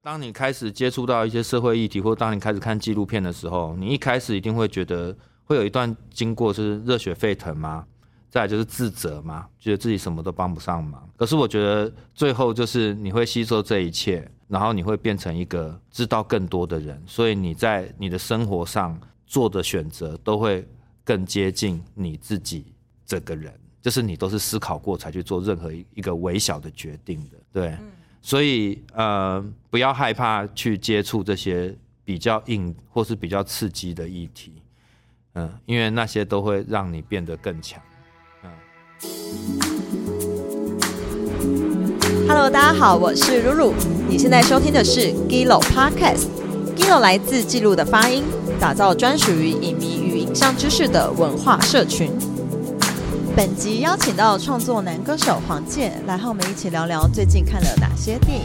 当你开始接触到一些社会议题，或当你开始看纪录片的时候，你一开始一定会觉得会有一段经过是热血沸腾吗？再来就是自责嘛，觉得自己什么都帮不上忙。可是我觉得最后就是你会吸收这一切，然后你会变成一个知道更多的人，所以你在你的生活上做的选择都会更接近你自己这个人，就是你都是思考过才去做任何一个微小的决定的，对。所以不要害怕去接触这些比较硬或是比较刺激的议题，因为那些都会让你变得更强。 Hello， 大家好，我是露露。你现在收听的是 Gillo Podcast。Gillo 来自记录的发音，打造专属于影迷与影像知识的文化社群。本集邀请到创作男歌手黄健来和我们一起聊聊最近看了哪些电影。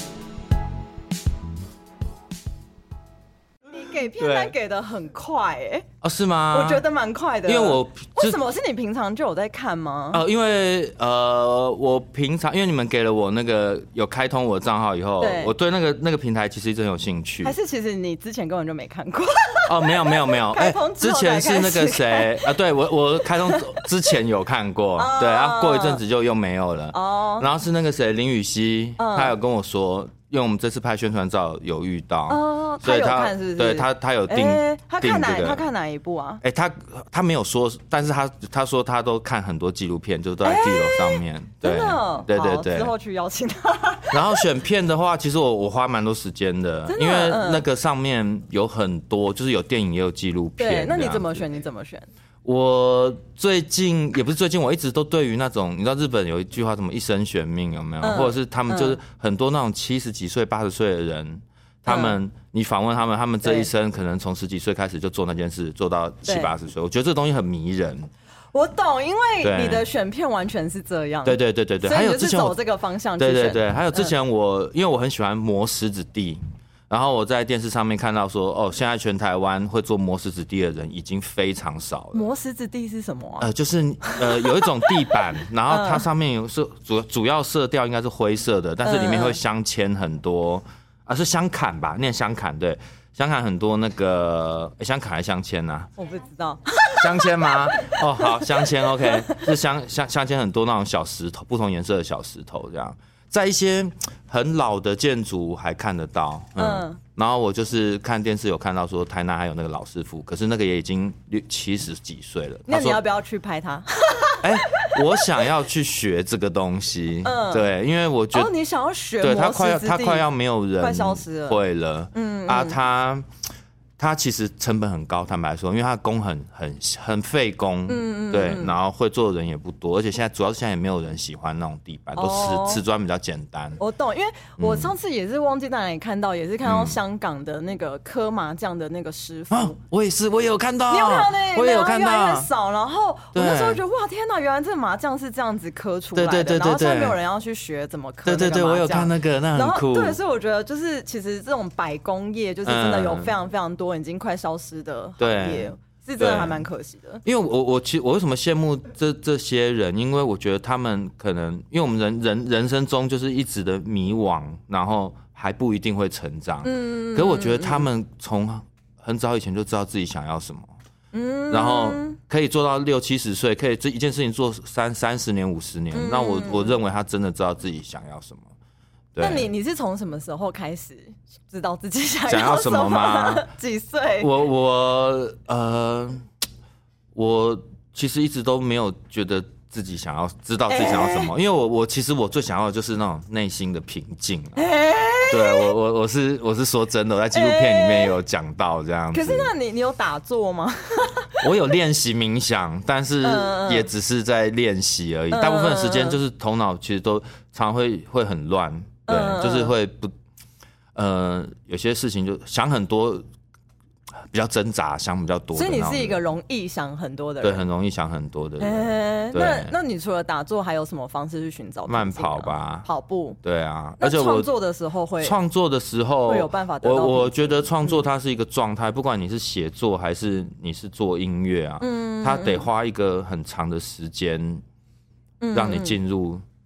给片单给的很快是吗？ 我觉得蛮快的。 因为为什么是你平常就有在看吗？ 因为我平常因为你们给了我那个有开通我的账号以后，我对那个平台其实一直很有兴趣。 还是其实你之前根本就没看过？ 没有。 开通之后才开始看。 之前是那个谁对我开通之前有看过，对，然后过一阵子就又没有了。然后是那个谁林雨熙，他有跟我说。因为我们这次拍宣传照有遇到， 所以他有看是不是？ 对他有订， 他看哪一部啊？ 他没有说，但是他说他都看很多纪录片，就都在地楼上面。 真的？ 对， 之后去邀请他。 然后选片的话，其实我花蛮多时间的，因为那个上面有很多，就是有电影也有纪录片。 对，那你怎么选？ 我最近也不是最近，我一直都对于那种你知道日本有一句话什么一生悬命有没有？或者是他们就是很多那种70几岁、80岁的人，他们你访问他们这一生可能从10几岁开始就做那件事，做到70、80岁，我觉得这个东西很迷人。 我懂，因为你的选片完全是这样。 对， 所以你就是走这个方向去选。 对，还有之前因为我很喜欢磨石子地。然后我在电视上面看到说，现在全台湾会做磨石子地的人已经非常少了。 磨石子地是什么啊？ 就是有一种地板，然后它上面有主要色调应该是灰色的，但是里面会镶嵌很多是镶嵌吧，念镶嵌对，镶嵌很多那个镶嵌还是镶嵌啊？ 我不知道。 镶嵌吗？好，镶嵌 OK， 是镶嵌很多那种小石头，不同颜色的小石头这样。在一些很老的建筑还看得到，然后我就是看电视有看到说台南还有那个老师傅，可是那个也已经70几岁了。 那你要不要去拍他？ 我想要去学这个东西，对，因为我觉得你想要学， 对他快要没有人快消失了， 会了，他其实成本很高，坦白说，因为他的工很费工，对，然后会做的人也不多，而且主要是现在也没有人喜欢那种地板，都瓷砖比较简单。我懂，因为我上次也是忘记在哪里看到，也是看到香港的那个刻麻将的那个师傅， 我也有看到， 你有看到那个？ 我也有看到， 越来越少。然后我那时候觉得哇，天哪，原来这个麻将是这样子刻出来的， 对， 然后现在没有人要去学怎么刻。 对，我有看那个，那很酷。 对，所以我觉得就是其实这种百工业就是真的有非常非常多已经快消失的行业，是真的还蛮可惜的。 因为我其实我为什么羡慕这些人？因为我觉得他们可能因为我们人生中就是一直的迷惘，然后还不一定会成长。可是我觉得他们从很早以前就知道自己想要什么，然后可以做到60、70岁，可以这一件事情做30年、50年。那我认为他真的知道自己想要什么。 那你是从什么时候开始知道自己想要什么吗？ 几岁？ 我其实一直都没有觉得自己知道自己想要什么，因为其实我最想要的就是那种内心的平静。对，我是说真的，我在纪录片里面有讲到这样子。 可是那你有打坐吗？ 我有练习冥想，但是也只是在练习而已。大部分的时间就是头脑其实都常会很乱。对，就是会有些事情就想很多，比较挣扎，想比较多。 所以你是一个容易想很多的人， 对，很容易想很多的人。 那你除了打坐，还有什么方式去寻找？ 慢跑吧， 跑步。 对啊， 而且创作的时候会有办法得到。 我觉得创作它是一个状态，不管你是写作还是你是做音乐啊，它得花一个很长的时间，让你进入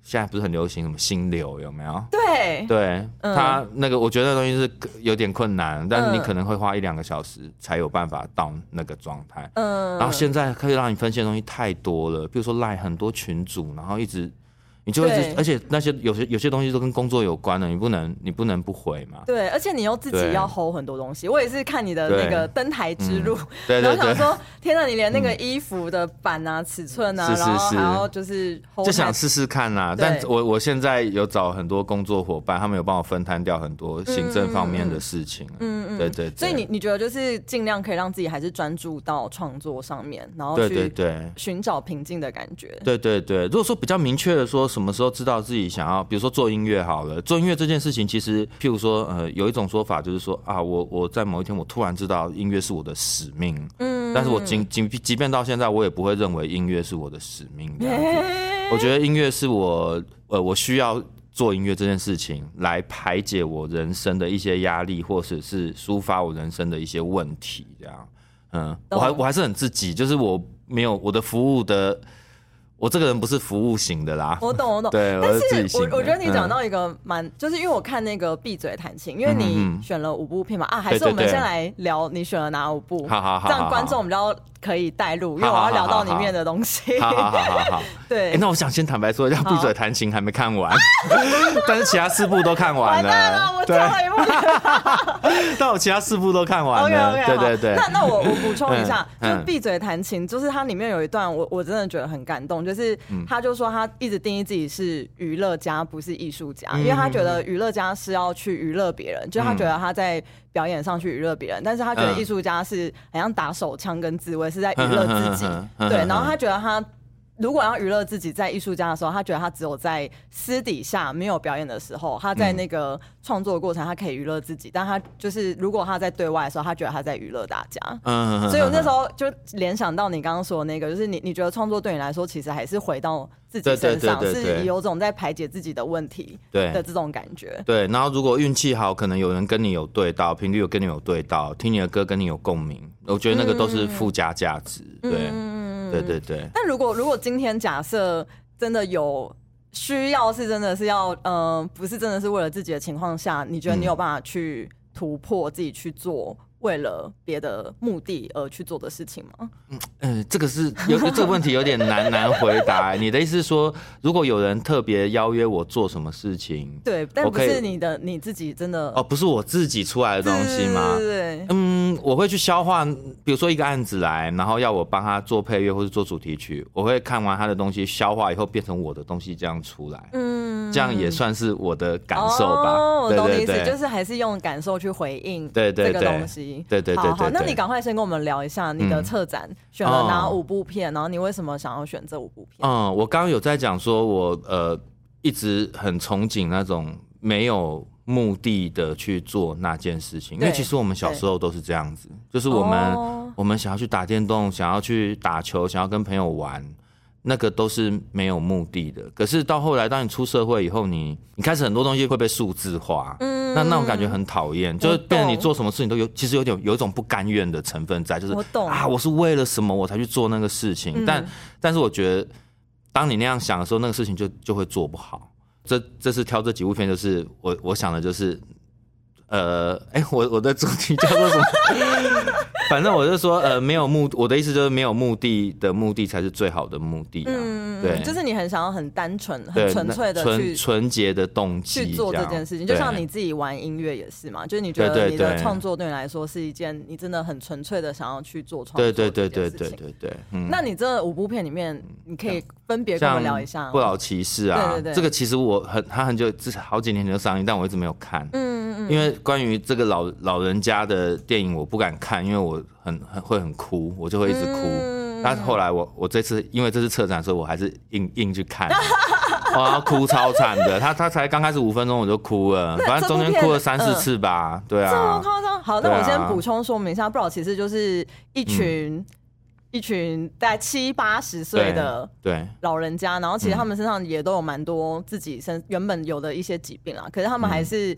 现在不是很流行什么心流有没有？ 对， 他那个我觉得那东西是有点困难，但是你可能会花1-2个小时才有办法到那个状态。然后现在可以让你分析的东西太多了，比如说赖很多群组，然后你就一直，而且那些有些东西都跟工作有关的，你不能不回嘛。 对，而且你又自己要 hold 很多东西。我也是看你的那个登台之路， 然后想说，天哪，你连那个衣服的版啊、尺寸啊，然后还要就是 hold， 就想试试看啦。但我现在有找很多工作伙伴，他们有帮我分摊掉很多行政方面的事情。对。所以你觉得就是尽量可以让自己还是专注到创作上面，然后去寻找平静的感觉。 对。如果说比较明确的说，什么时候知道自己想要，比如说做音乐好了，做音乐这件事情，其实譬如说，有一种说法就是说啊，我在某一天我突然知道音乐是我的使命，但是我即便到现在，我也不会认为音乐是我的使命。我觉得音乐是我需要做音乐这件事情来排解我人生的一些压力，或者是抒发我人生的一些问题，这样。我还是很自己，就是我没有我的服务的。我这个人不是服务型的啦， 我懂。 对， 但是我觉得你讲到一个就是因为我看那个闭嘴弹琴，因为你选了5部片嘛，还是我们先来聊你选了哪5部， 好， 这样观众比较可以带入，因为我要聊到里面的东西。 好。对，那我想先坦白说，要闭嘴弹琴还没看完，但是其他4部都看完了。完蛋了， 我跳了一部， 但我其他4部都看完了。 Okay, 对。 那我补充一下，就闭嘴弹琴，就是它里面有一段我真的觉得很感动，就是他就说他一直定义自己是娱乐家，不是艺术家，因为他觉得娱乐家是要去娱乐别人，就他觉得他在表演上去娱乐别人，但是他觉得艺术家是好像打手枪跟自慰，是在娱乐自己。对，然后他觉得他如果要娱乐自己，在艺术家的时候，他觉得他只有在私底下没有表演的时候，他在那个创作的过程，他可以娱乐自己。但他就是如果他在对外的时候，他觉得他在娱乐大家。所以我那时候就联想到你刚刚说的那个，就是你觉得创作对你来说，其实还是回到自己身上，是有种在排解自己的问题的这种感觉。 对，然后如果运气好，可能有人跟你有对到，频率有跟你有对到，听你的歌跟你有共鸣，我觉得那个都是附加价值。对。 但如果今天假设真的有需要，是真的是要不是真的是为了自己的情况下，你觉得你有办法去突破自己去做为了别的目的而去做的事情吗？ 这个是这个问题有点难回答。你的意思是说，如果有人特别邀约我做什么事情， 对，但不是你自己真的不是我自己出来的东西吗？ 对， 我会去消化，比如说一个案子来，然后要我帮他做配乐或是做主题曲，我会看完他的东西，消化以后变成我的东西，这样出来。这样也算是我的感受吧。 我懂你意思，就是还是用感受去回应这个东西。 对。 好，那你赶快先跟我们聊一下你的策展选了哪5部片，然后你为什么想要选这5部片？ 我刚刚有在讲说，我一直很憧憬那种没有目的的去做那件事情，因为其实我们小时候都是这样子，就是我们想要去打电动，想要去打球，想要跟朋友玩。那个都是没有目的的，可是到后来，当你出社会以后，你开始很多东西会被数字化，那种感觉很讨厌，就是变成你做什么事情都其实有一种不甘愿的成分在，就是我是为了什么我才去做那个事情，但是我觉得，当你那样想的时候，那个事情就会做不好。这是挑这几部片，就是我想的就是。我的主题叫做什么？反正我就说，我的意思就是没有目的的目的才是最好的目的。对， 就是你很想要很单纯、很纯粹的去纯洁的动机去做这件事情，就像你自己玩音乐也是嘛，就是你觉得你的创作对你来说是一件你真的很纯粹的想要去做创作这件事情。对。那你这5部片里面，你可以分别跟我们聊一下 《不老骑士》啊，对，这个其实他很久，至少好几年前就上映，但我一直没有看。因为关于这个老人家的电影我不敢看，因为我会很哭，我就会一直哭。但是后来我这次因为这次策展，所以我还是硬去看，哭超惨的。他才刚开始5分钟我就哭了，反正中间哭了3-4次吧。对啊， 这么夸张？好，那我先补充说明一下，不老骑士就是一群大概70-80岁的老人家，然后其实他们身上也都有蛮多自己原本有的一些疾病啦，可是他们还是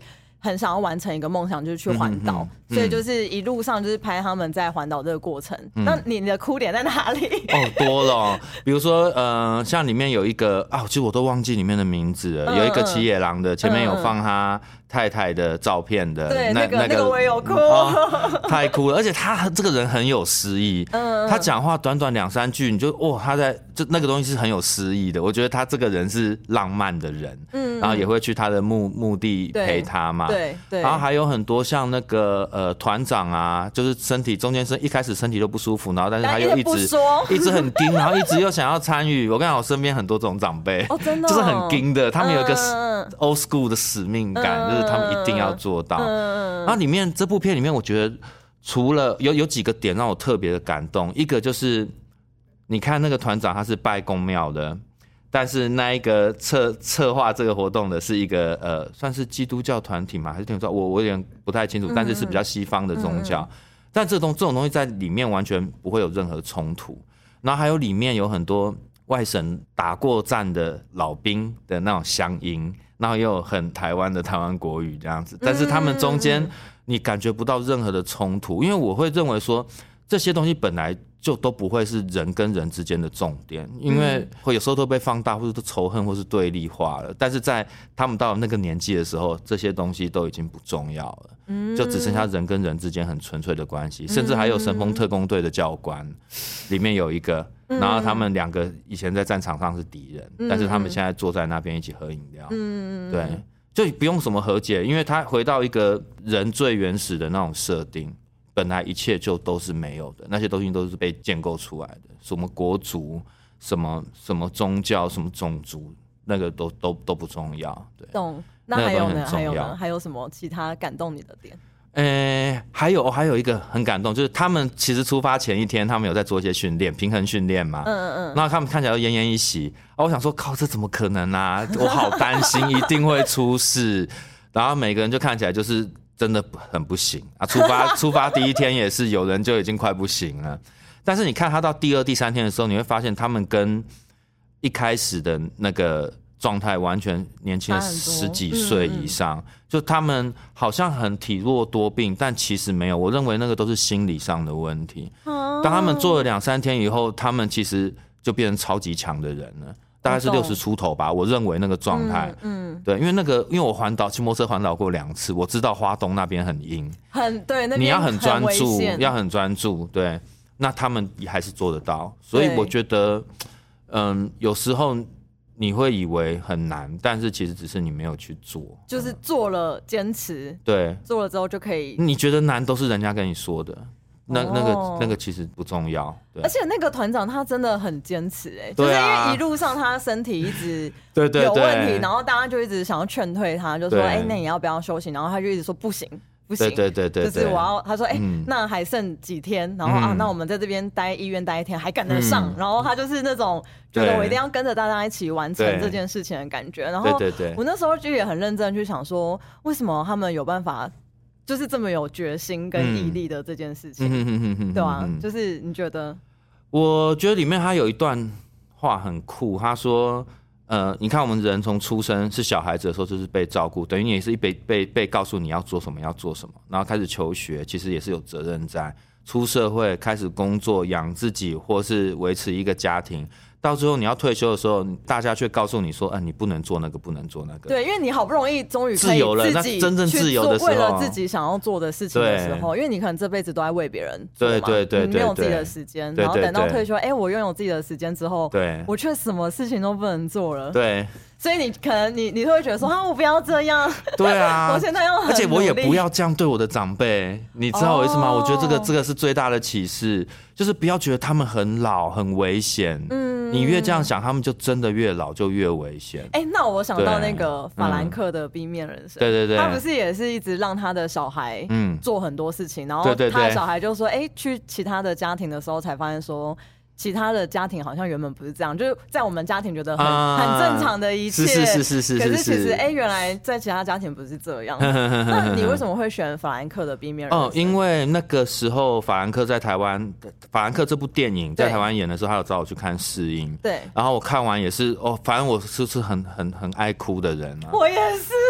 很想要完成一个梦想，就是去环岛，所以就是一路上就是拍他们在环岛这个过程。那你的哭点在哪里？ 多了比如说像里面有一个其实我都忘记里面的名字了，有一个骑野狼的，前面有放他太太的照片的， 对，那个我也有哭， 太哭了，而且他这个人很有诗意，他讲话短短2-3句，你就他在就那个东西是很有诗意的，我觉得他这个人是浪漫的人，然后也会去他的墓地陪他嘛， 对， 然后还有很多像那个团长啊，就是身体中间一开始身体都不舒服，然后但是他又一直很盯，然后一直又想要参与。我跟你讲，我身边很多这种长辈， 真的就是很盯的，他们有一个 old school 的使命感，就是他们一定要做到。然后这部片里面，我觉得除了有几个点让我特别的感动，一个就是你看那个团长他是拜公庙的。但是那一个策划这个活动的是一个算是基督教团体吗？还是天主教？我有点不太清楚，但是是比较西方的宗教。但这种东西在里面完全不会有任何冲突。然后还有里面有很多外省打过战的老兵的那种乡音，然后也有很台湾的台湾国语这样子。但是他们中间你感觉不到任何的冲突，因为我会认为说这些东西本来就都不会是人跟人之间的重点，因为会有时候都被放大，或者都仇恨，或是对立化了。但是在他们到那个年纪的时候，这些东西都已经不重要了，就只剩下人跟人之间很纯粹的关系。甚至还有神风特工队的教官，里面有一个，然后他们2个以前在战场上是敌人，但是他们现在坐在那边一起喝饮料，对，就不用什么和解，因为他回到一个人最原始的那种设定。本来一切就都是没有的，那些东西都是被建构出来的，什么国族、什么宗教、什么种族，那个都不重要。对， 懂。那还有呢？还有什么其他感动你的点？ 还有一个很感动，就是他们其实出发前一天，他们有在做一些训练，平衡训练嘛。然后他们看起来都奄奄一息，我想说，靠，这怎么可能啊？我好担心，一定会出事。然后每个人就看起来就是真的很不行啊！出发第一天也是有人就已经快不行了，但是你看他到第2、第3天的时候，你会发现他们跟一开始的那个状态完全年轻了10几岁以上，就他们好像很体弱多病，但其实没有。我认为那个都是心理上的问题。当他们做了2、3天以后，他们其实就变成超级强的人了。大概是60出头吧，我认为那个状态，对，因为我骑摩托车环岛过2次，我知道花东那边很阴， 对，那边你要很专注，对，那他们也还是做得到，所以我觉得，有时候你会以为很难，但是其实只是你没有去做， 就是做了坚持， 对， 做了之后就可以。 你觉得难都是人家跟你说的。那个其实不重要，对， 而且那个团长他真的很坚持，就是因为一路上他身体一直有问题，然后大家就一直想要劝退他，就说那你要不要休息？然后他就一直说不行，对，就是他说那还剩几天，然后那我们在这边医院待1天还赶得上，然后他就是那种觉得我一定要跟着大家一起完成这件事情的感觉。然后我那时候就也很认真去想说，为什么他们有办法就是这么有决心跟毅力的这件事情，对吧？就是你觉得？ 我觉得里面他有一段话很酷，他说：“你看我们人从出生是小孩子的时候就是被照顾，等于你也是被告诉你要做什么，然后开始求学，其实也是有责任在。出社会开始工作，养自己或是维持一个家庭。”到最后你要退休的时候，大家却告诉你说，你不能做那个，不能做那个。 对，因为你好不容易终于自由了，那真正自由的时候， 为了自己想要做的事情的时候，因为你可能这辈子都在为别人做嘛， 对， 你没有自己的时间，然后等到退休，我拥有自己的时间之后，我却什么事情都不能做了。 对。 所以你可能你会觉得说我不要这样， 对啊， 我现在要很努力， 而且我也不要这样对我的长辈，你知道我意思吗？我觉得这个是最大的启示，就是不要觉得他们很老很危险，你越这样想，他们就真的越老就越危险。 那我想到那个法兰克的 B 面人生， 对， 他不是也是一直让他的小孩做很多事情，然后他的小孩就说，去其他的家庭的时候才发现说。其他的家庭好像原本不是这样，就是在我们家庭觉得很正常的一切， 是。 可是其实原来在其他家庭不是这样。那你为什么会选法兰克的 B 面人生？ 因为那个时候法兰克在台湾，法兰克这部电影在台湾演的时候，他有找我去看试映。 对。 然后我看完也是反正我是很爱哭的人啊。 我也是。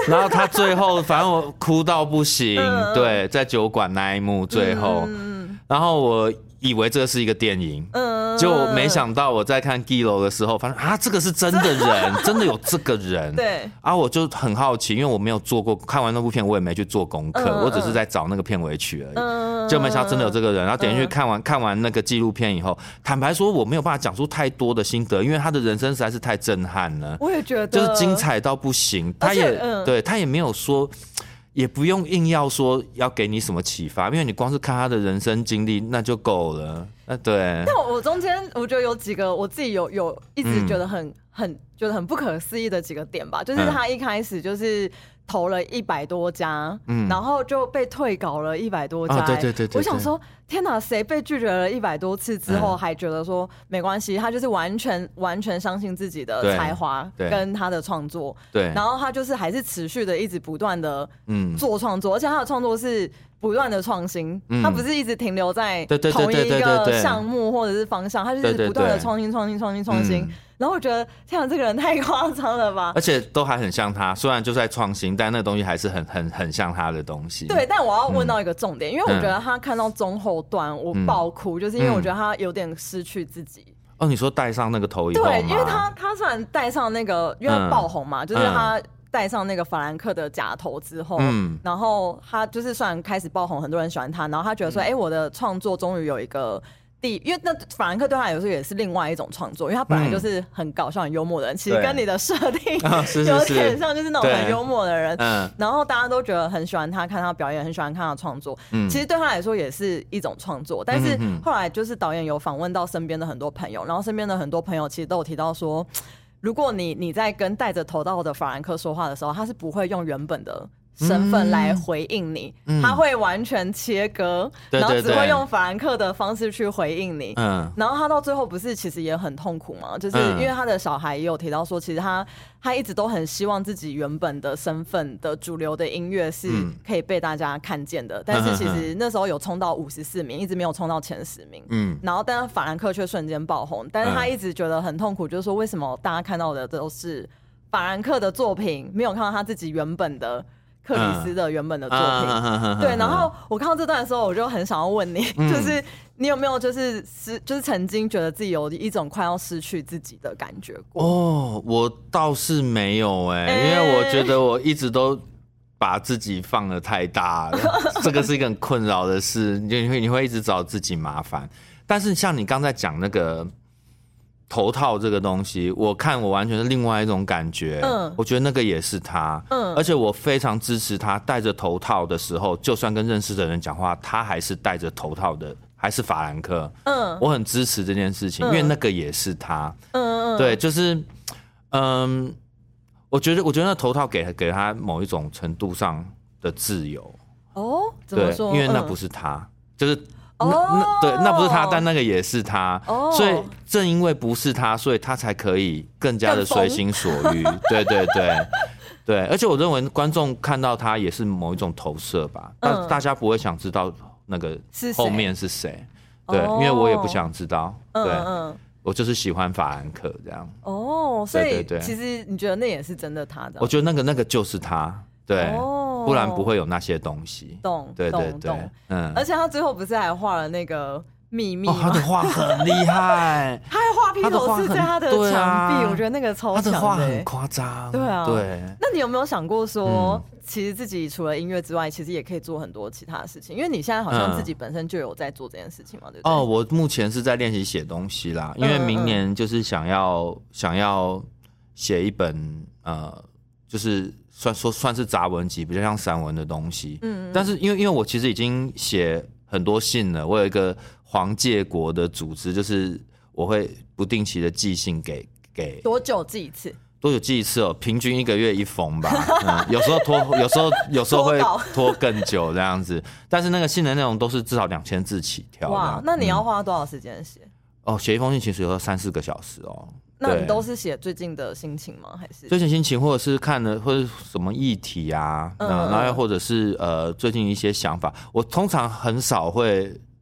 然后他最后反正我哭到不行，对，在酒馆那一幕最后，然后我以为这是一个电影，结果没想到我在看 Gillo 的时候，发现啊，这个是真的人，真的有这个人。 对， 啊，我就很好奇，因为我没有做过，看完那部片我也没去做功课，我只是在找那个片尾曲而已。就没想到真的有这个人，然后点进去看完那个纪录片以后，坦白说我没有办法讲出太多的心得，因为他的人生实在是太震撼了。 我也觉得， 就是精彩到不行。他也对他也没有说。也不用硬要说要给你什么启发，因为你光是看他的人生经历那就够了。对。 但我中间我觉得有几个我自己有一直觉得觉得很不可思议的几个点吧，就是他一开始就是投了100多家，然后就被退稿了100多家。对，我想说，天哪，谁被拒绝了100多次之后，还觉得说没关系？他就是完全相信自己的才华跟他的创作，对，然后他就是还是持续的一直不断的做创作，而且他的创作是不断的创新，他不是一直停留在同一个项目或者是方向，他就是不断的创新。然后我觉得，天啊，这个人太夸张了吧！ 而且都还很像他，虽然就在创新，但那个东西还是很像他的东西。 对，但我要问到一个重点，因为我觉得他看到中后段我爆哭，就是因为我觉得他有点失去自己。 哦，你说戴上那个头以后吗？ 对，因为他虽然戴上那个，因为他爆红嘛，就是他戴上那个法兰克的假头之后，然后他就是虽然开始爆红，很多人喜欢他，然后他觉得说，我的创作终于有一个。因为那法兰克对他有时候也是另外一种创作，因为他本来就是很搞笑、很幽默的人，其实跟你的设定有点像，就是那种很幽默的人。然后大家都觉得很喜欢他，看他表演，很喜欢看他创作。其实对他来说也是一种创作。但是后来就是导演有访问到身边的很多朋友，然后身边的很多朋友其实都有提到说，如果你在跟戴着头套的法兰克说话的时候，他是不会用原本的身份来回应你，他会完全切割，然后只会用法兰克的方式去回应你。然后他到最后不是其实也很痛苦吗？就是因为他的小孩也有提到说，其实他一直都很希望自己原本的身份的主流的音乐是可以被大家看见的，但是其实那时候有冲到54名，一直没有冲到前10名。然后但是法兰克却瞬间爆红，但是他一直觉得很痛苦，就是说为什么大家看到的都是法兰克的作品，没有看到他自己原本的克里斯的原本的作品。对，然后我看到这段的时候，我就很想要问你，就是你有没有就是曾经觉得自己有一种快要失去自己的感觉过？ 哦，我倒是没有因为我觉得我一直都把自己放得太大了，这个是一个很困扰的事，你会一直找自己麻烦。但是像你刚才讲那个头套这个东西，我完全是另外一种感觉。我觉得那个也是他。而且我非常支持他戴着头套的时候，就算跟认识的人讲话，他还是戴着头套的，还是法兰克。我很支持这件事情，因为那个也是他。对，就是我觉得那头套给他某一种程度上的自由。 怎么说？ 因为那不是他，就是那不是他，但那个也是他。所以正因为不是他，所以他才可以更加的随心所欲。对，而且我认为观众看到他也是某一种投射吧。大家不会想知道那个后面是谁。对，因为我也不想知道。对。我就是喜欢法兰克这样。 所以其实你觉得那也是真的他的？ 我觉得那个就是他。对。不然不会有那些东西。对。 而且他最后不是还画了那个秘密吗？ 他的画很厉害。 他还画披头士在他的墙壁，我觉得那个超强的。 他的画很夸张。 对。那你有没有想过说，其实自己除了音乐之外，其实也可以做很多其他的事情？因为你现在好像自己本身就有在做这件事情嘛，对不对？ 我目前是在练习写东西啦，因为明年就是想要写一本就是算是杂文集，比较像散文的东西。但是因为我其实已经写很多信了，我有一个黄介国的组织，就是我会不定期的寄信给。 多久寄一次？ 多久寄一次平均1个月1封吧。有时候拖，有时候会拖更久这样子。但是那个信的内容都是至少2000字起跳。 哇，那你要花多少时间写？ 写一封信其实有3-4个小时那你都是写最近的心情吗？还是最近心情，或者是看了或者什么议题啊？然后或者是最近一些想法。我通常很少会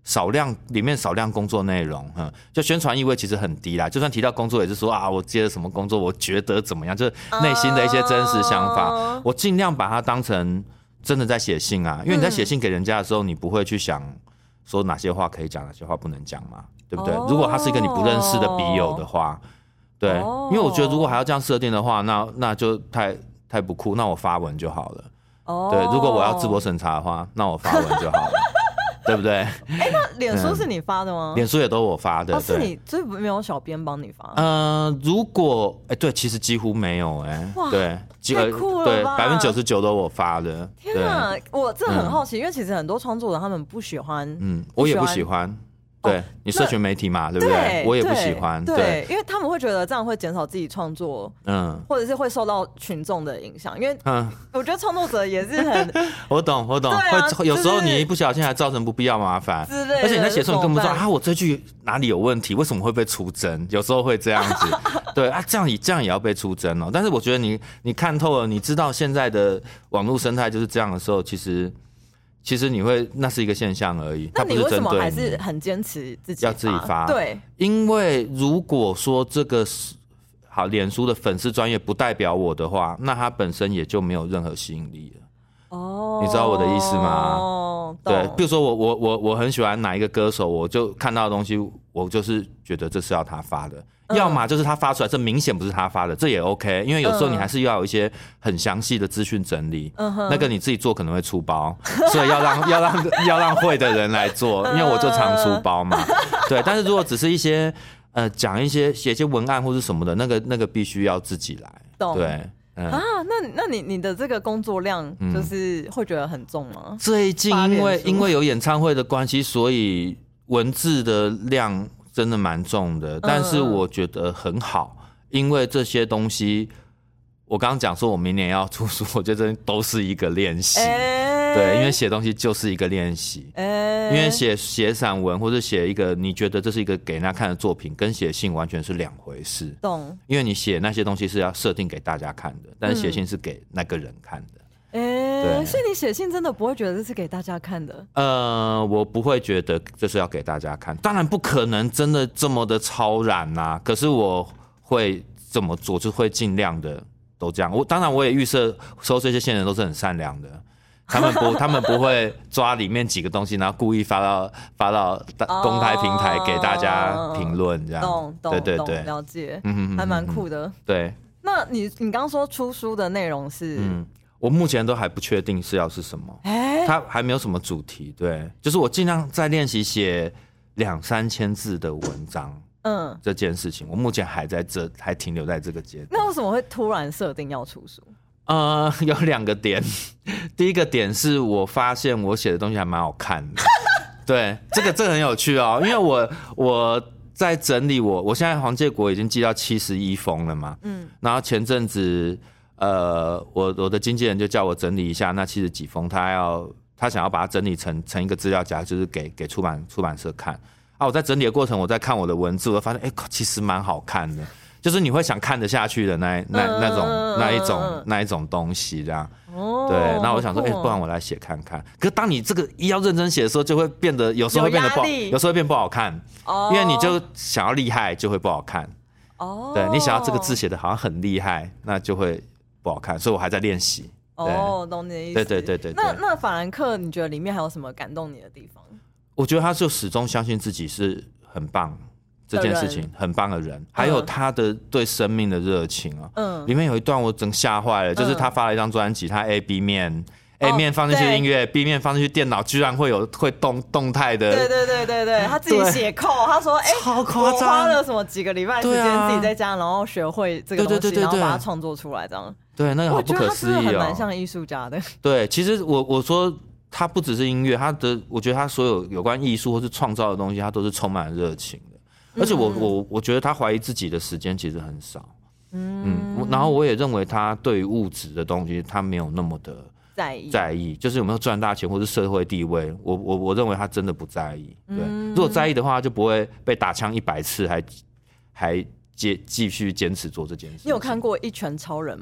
里面少量工作内容，就宣传意味其实很低啦。就算提到工作，也是说啊，我接了什么工作，我觉得怎么样，就是内心的一些真实想法。我尽量把它当成真的在写信啊，因为你在写信给人家的时候，你不会去想说哪些话可以讲，哪些话不能讲嘛，对不对？如果他是一个你不认识的笔友的话，对，因为我觉得如果还要这样设定的话，那就太不酷，那我发文就好了。对，如果我要自我审查的话，那我发文就好了。对不对？ 那脸书是你发的吗？ 脸书也都我发的， 是你，所以没有小编帮你发。 如果对，其实几乎没有对， 太酷了吧 ，99%都我发的。 天哪，我真的很好奇，因为其实很多创作者他们不喜欢， 我也不喜欢。对，你社群媒体嘛，对不对？我也不喜欢， 对，因为他们会觉得这样会减少自己创作，或者是会受到群众的影响。因为我觉得创作者也是很， 我懂，会有时候你一不小心还造成不必要麻烦之类的，而且你在写的时候你根本说啊，我这句哪里有问题，为什么会被出征？有时候会这样子，对啊，这样也要被出征哦。但是我觉得你看透了，你知道现在的网络生态就是这样的时候，其实你会那是一个现象而已， 那你为什么还是很坚持自己要自己发？ 对， 因为如果说这个好脸书的粉丝专页不代表我的话，那它本身也就没有任何吸引力了。你知道我的意思吗？对，比如说我很喜欢哪一个歌手，我就看到的东西，我就是觉得这是要他发的。要么就是他发出来，这明显不是他发的，这也 OK， 因为有时候你还是要有一些很详细的资讯整理，那个你自己做可能会出包，所以要让会的人来做，因为我就常出包嘛，对。但是如果只是一些讲写一些文案或是什么的，那个必须要自己来，对。 那你的这个工作量就是会觉得很重吗？ 最近因为有演唱会的关系，所以文字的量真的蛮重的，但是我觉得很好，因为这些东西，我刚刚讲说我明年要出书，我觉得都是一个练习，对，因为写东西就是一个练习，因为写散文或者写一个你觉得这是一个给人家看的作品，跟写信完全是两回事， 懂？ 因为你写那些东西是要设定给大家看的，但是写信是给那个人看的。 所以你写信真的不会觉得这是给大家看的？ 我不会觉得这是要给大家看，当然不可能真的这么的超然啊，可是我会这么做，就会尽量的都这样。当然我也预设收这些信人都是很善良的，他们不会抓里面几个东西，然后故意发到公开平台给大家评论这样。 懂， 对， 了解，还蛮酷的。 对， 那你刚刚说出书的内容是？ 我目前都还不确定是要是什么，它还没有什么主题，对，就是我尽量在练习写2-3千字的文章，这件事情我目前还停留在这个阶段。 那为什么会突然设定要出书？ 有2个点，第一个点是我发现我写的东西还蛮好看的，对，这个很有趣哦，因为我在整理我现在黄介国已经寄到71封了嘛，然后前阵子。我的经纪人就叫我整理一下那70几封，他想要把它整理成一个资料夹，就是给出版社看。我在整理的过程，我在看我的文字，我发现其实蛮好看的，就是你会想看得下去的那一种东西这样。对，那我想说，不然我来写看看。可是当你这个要认真写的时候，就会变得有时候会变得有时候会变不好看，因为你就想要厉害，就会不好看。对，你想要这个字写的好像很厉害，那就会不好看，所以我还在练习。 懂你的意思。 对。 那法兰克，你觉得里面还有什么感动你的地方？ 我觉得他就始终相信自己是很棒这件事情，很棒的人，还有他的对生命的热情啊。里面有一段我整吓坏了，就是他发了一张专辑，他 A、B 面。A 面放进去音乐 ，B 面放进去电脑，居然会动态的。 对，他自己写扣，他说超夸张， 我花了什么几个礼拜时间自己在家，然后学会这个东西，然后把它创作出来，这样。 对，那个好不可思议哦， 我觉得他真的很蛮像艺术家的。 对，其实我说他不只是音乐，我觉得他所有有关艺术或是创造的东西，他都是充满了热情的。而且我觉得他怀疑自己的时间其实很少。然后我也认为他对于物质的东西，他没有那么的。在意，就是有没有赚大钱或是社会地位，我认为他真的不在意。对，如果在意的话，就不会被打枪100次，还继续坚持做这件事。 你有看过《一拳超人》吗？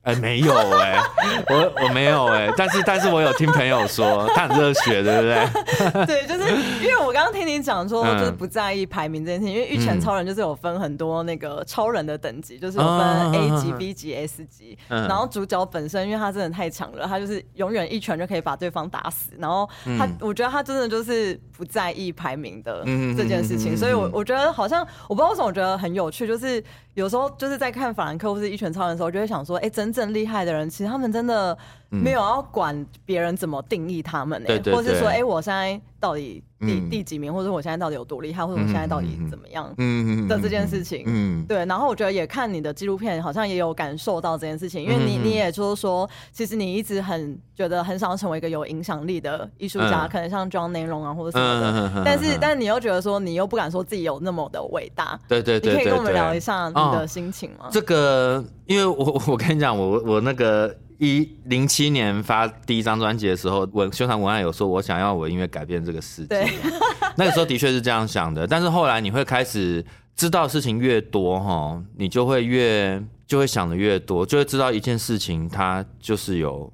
没有我没有但是我有听朋友说他很热血，对不对？ 对，就是因为我刚刚听你讲说，就是不在意排名这件事情，因为玉拳超人就是有分很多那个超人的等级，就是有分 A 级、B 级、S 级，然后主角本身因为他真的太强了，他就是永远一拳就可以把对方打死，然后我觉得他真的就是不在意排名的这件事情，所以我觉得好像我不知道为什么我觉得很有趣，就是有时候就是在看法兰克或是一拳超人的时候，就会想说，真正厉害的人其实他们真的没有要管别人怎么定义他们， 对对对， 或是说我现在到底第几名，或者我现在到底有多厉害，或者我现在到底怎么样的这件事情，对。然后我觉得也看你的纪录片，好像也有感受到这件事情，因为你也就是说，其实你一直觉得很想要成为一个有影响力的艺术家，可能像 John Lennon 啊或者什么的，但是你又觉得说，你又不敢说自己有那么的伟大， 对对对， 你可以跟我们聊一下你的心情吗？ 这个，因为我跟你讲，我那个07年发第一张专辑的时候，宣传文案有说我想要我音乐改变这个世界，那个时候的确是这样想的，但是后来你会开始知道事情越多你就会想的越多，就会知道一件事情它就是有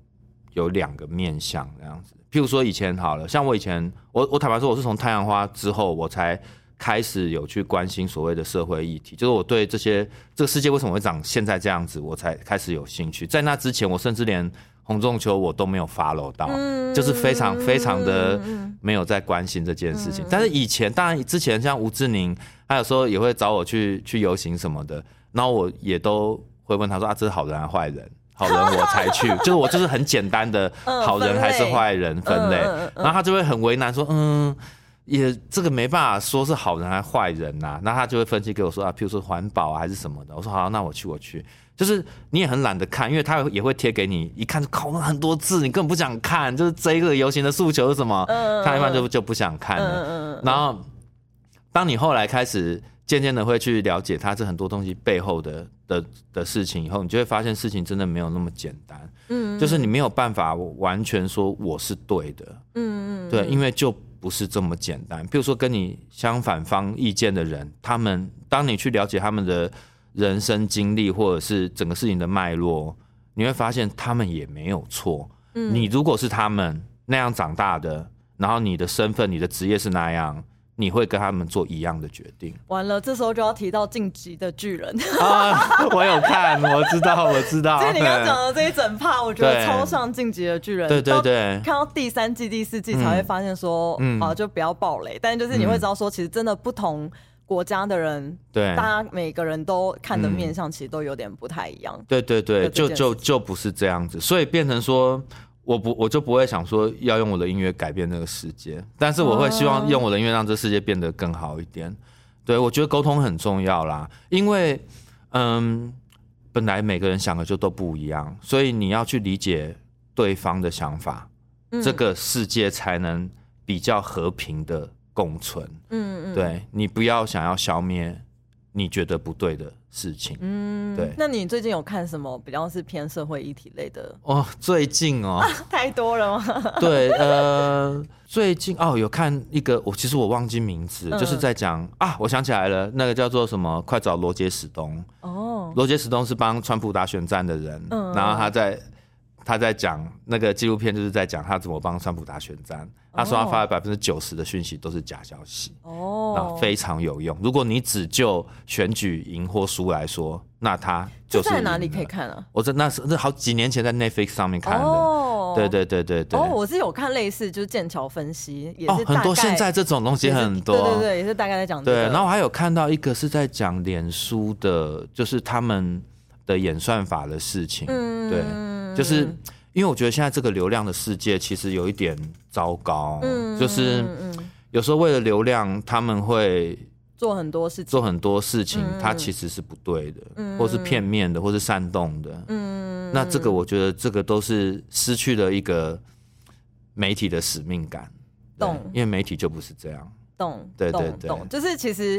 2个面向这样子。譬如说以前好了，像我以前我坦白说我是从太阳花之后我才开始有去关心所谓的社会议题，就是我对这个世界为什么会长现在这样子，我才开始有兴趣。在那之前，我甚至连洪仲丘我都没有 follow 到，就是非常非常的没有在关心这件事情。但是以前，当然之前像吴志宁，他有时候也会找我去游行什么的，然后我也都会问他说这是好人还是坏人？好人我才去，就是我就是很简单的好人还是坏人分类，然后他就会很为难说也这个没办法说是好人还是坏人呐，那他就会分析给我说譬如说环保还是什么的，我说好，那我去，就是你也很懒得看，因为他也会贴给你，一看就考了很多字，你根本不想看，就是这个游行的诉求是什么，看一半就不想看了。然后当你后来开始渐渐的会去了解他这很多东西背后的事情以后，你就会发现事情真的没有那么简单，就是你没有办法完全说我是对的，对，因为就不是这么简单。譬如说跟你相反方意见的人，他们当你去了解他们的人生经历或者是整个事情的脉络，你会发现他们也没有错。你如果是他们那样长大的，然后你的身份你的职业是那样，你会跟他们做一样的决定。 完了，这时候就要提到晋级的巨人我有看，我知道就是你刚刚讲的这一整趴，我觉得超像晋级的巨人。 对，看到第3季第4季才会发现说就不要爆雷，但就是你会知道说其实真的不同国家的人，对，大家每个人都看的面向其实都有点不太一样。对， 就不是这样子，所以变成说我就不会想说要用我的音乐改变这个世界，但是我会希望用我的音乐让这世界变得更好一点。对，我觉得沟通很重要啦，因为本来每个人想的就都不一样，所以你要去理解对方的想法，这个世界才能比较和平的共存。对，你不要想要消灭你觉得不对的事情。对。 那你最近有看什么比较是偏社会议题类的？ 最近太多了吗？对， 最近有看一个，其实我忘记名字，就是在讲我想起来了，那个叫做什么？快找罗杰史东。罗杰史东是帮川普打选战的人，然后他在讲那个纪录片，就是在讲他怎么帮川普打选战。他说他发了90%的讯息都是假消息，那非常有用。如果你只就选举赢或输来说，那他就是在哪里可以看啊？ 我那好几年前在 Netflix 上面看的。对。 我是有看类似就是剑桥分析，也是很多现在这种东西很多， 对，也是大概在讲这个。 对，然后我还有看到一个是在讲脸书的，就是他们的演算法的事情。对，就是因为我觉得现在这个流量的世界其实有一点糟糕，就是有时候为了流量，他们会做很多事情， 它其实是不对的，或是片面的，或是煽动的。那这个我觉得这个都是失去了一个媒体的使命感。因为媒体就不是这样。 对， 懂， 就是其实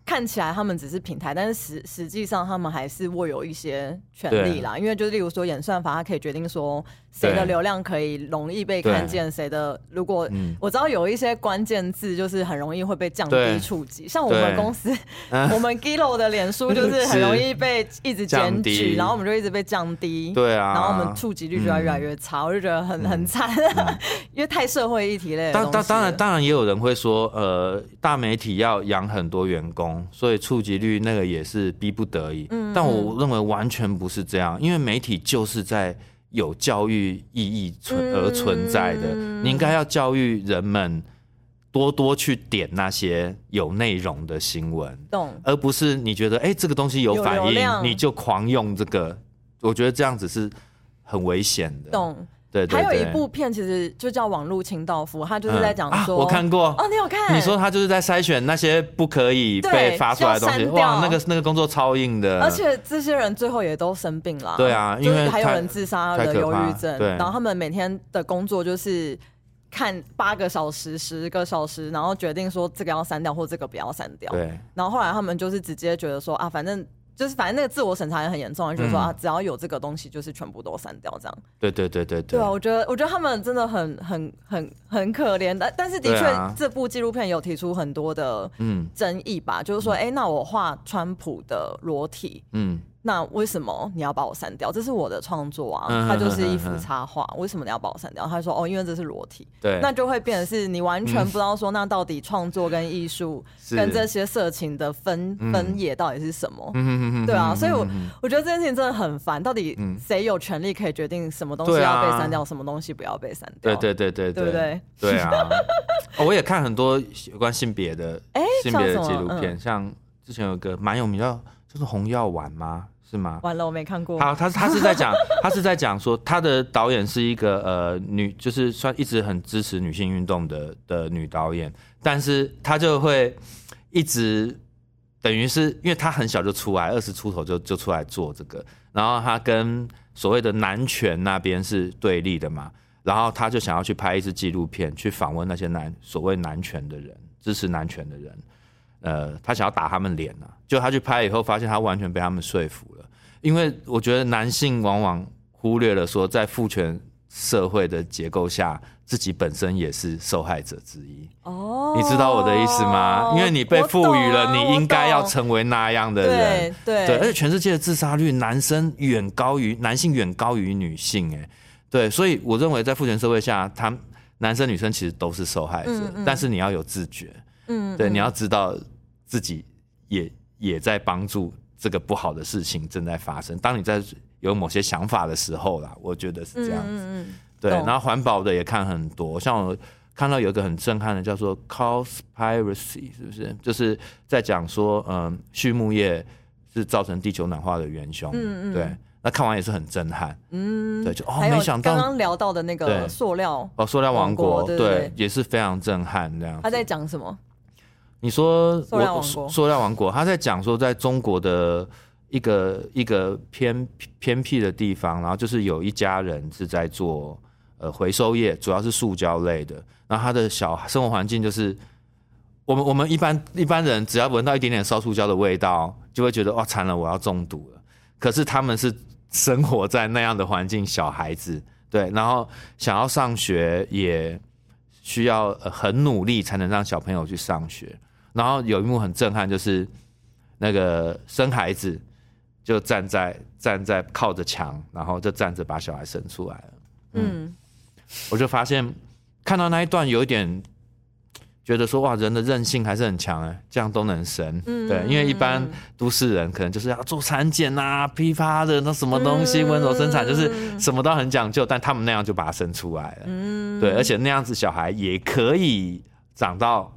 看起来他们只是平台，但是实际上他们还是握有一些权利啦。因为就例如说演算法，它可以决定说谁的流量可以容易被看见，谁的如果我知道有一些关键字就是很容易会被降低触及，像我们公司我们 Gillo 的脸书就是很容易被一直检举，然后我们就一直被降低， 对啊， 然后我们触及率就要越来越差，我就觉得很惨，因为太社会议题类的东西了。 当然也有人会说，大媒体要养很多员工，所以触及率那个也是逼不得已。但我认为完全不是这样，因为媒体就是在有教育意义而存在的，你应该要教育人们多多去点那些有内容的新闻，而不是你觉得这个东西有反应你就狂用这个，我觉得这样子是很危险的。对， 还有一部片其实就叫《网络清道夫》，他就是在讲说， 我看过哦，你有看？ 你说他就是在筛选那些不可以被发出来的东西，哇，那个工作超硬的， 而且这些人最后也都生病了。 对啊，因为还有人自杀的忧郁症，然后他们每天的工作就是看8个小时、10个小时，然后决定说这个要删掉或这个不要删掉。 对， 然后后来他们就是直接觉得说反正那个自我审查也很严重，就是说只要有这个东西，就是全部都删掉这样。 对。 对啊，我觉得他们真的很可怜，但是的确这部纪录片有提出很多的争议吧，就是说，那我画川普的裸体，那为什么你要把我删掉？这是我的创作啊，它就是一幅插画，为什么你要把我删掉？他说因为这是裸体， 对， 那就会变成是你完全不知道说，那到底创作跟艺术跟这些色情的分野到底是什么？对啊，所以我觉得这件事情真的很烦，到底谁有权利可以决定什么东西要被删掉，什么东西不要被删掉？ 对，对不对？对啊，我也看很多有关性别的纪录片，像之前有个蛮有名叫就是红药丸吗？是吗？ 完了，我没看过。 好，他是在讲说，他的导演是一个女，就是算一直很支持女性运动的女导演，但是她就会一直等于是因为她很小就出来，20出头就出来做这个，然后她跟所谓的男权那边是对立的嘛，然后她就想要去拍一支纪录片，去访问那些所谓男权的人，支持男权的人。他想要打他们脸啊，就他去拍以后，发现他完全被他们说服了。因为我觉得男性往往忽略了说，在父权社会的结构下，自己本身也是受害者之一。你知道我的意思吗？因为你被赋予了，你应该要成为那样的人。对，而且全世界的自杀率，男性远高于女性。对，所以我认为在父权社会下，男生女生其实都是受害者，但是你要有自觉。对，你要知道自己也在帮助这个不好的事情正在发生。当你在有某些想法的时候啦，我觉得是这样子。对，然后环保的也看很多，像我看到有一个很震撼的叫做 Cowspiracy， 是不是？就是在讲说，畜牧业是造成地球暖化的元凶。对，那看完也是很震撼。对，就没想到刚刚聊到的那个塑料王国， 对， 也是非常震撼这样子。 他在讲什么？ 你说塑料王国，他在讲说，在中国的一个偏僻的地方，然后就是有一家人是在做回收业，主要是塑胶类的。然后他的生活环境就是我们一般人只要闻到一点点烧塑胶的味道，就会觉得惨了，我要中毒了。可是他们是生活在那样的环境，小孩子对，然后想要上学也需要很努力才能让小朋友去上学。然后有一幕很震撼，就是那个生孩子就站在靠着墙，然后就站着把小孩生出来了。我就发现看到那一段有一点觉得说，哇，人的韧性还是很强这样都能生。对，因为一般都市人可能就是要做产检啊，噼啪的那什么东西，温柔生产，就是什么都很讲究，但他们那样就把它生出来了。对，而且那样子小孩也可以长到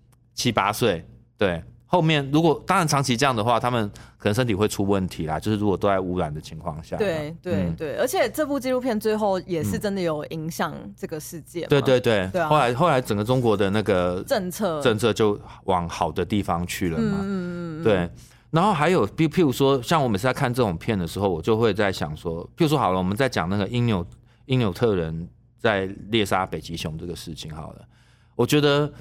7、8岁，对，后面如果当然长期这样的话，他们可能身体会出问题啦，就是如果都在污染的情况下。 对，而且这部纪录片最后也是真的有影响这个世界嘛。 对，后来整个中国的那个政策就往好的地方去了嘛。对，然后还有譬如说，像我每次在看这种片的时候，我就会在想说，譬如说好了，我们在讲那个因纽特人在猎杀北极熊这个事情好了，我觉得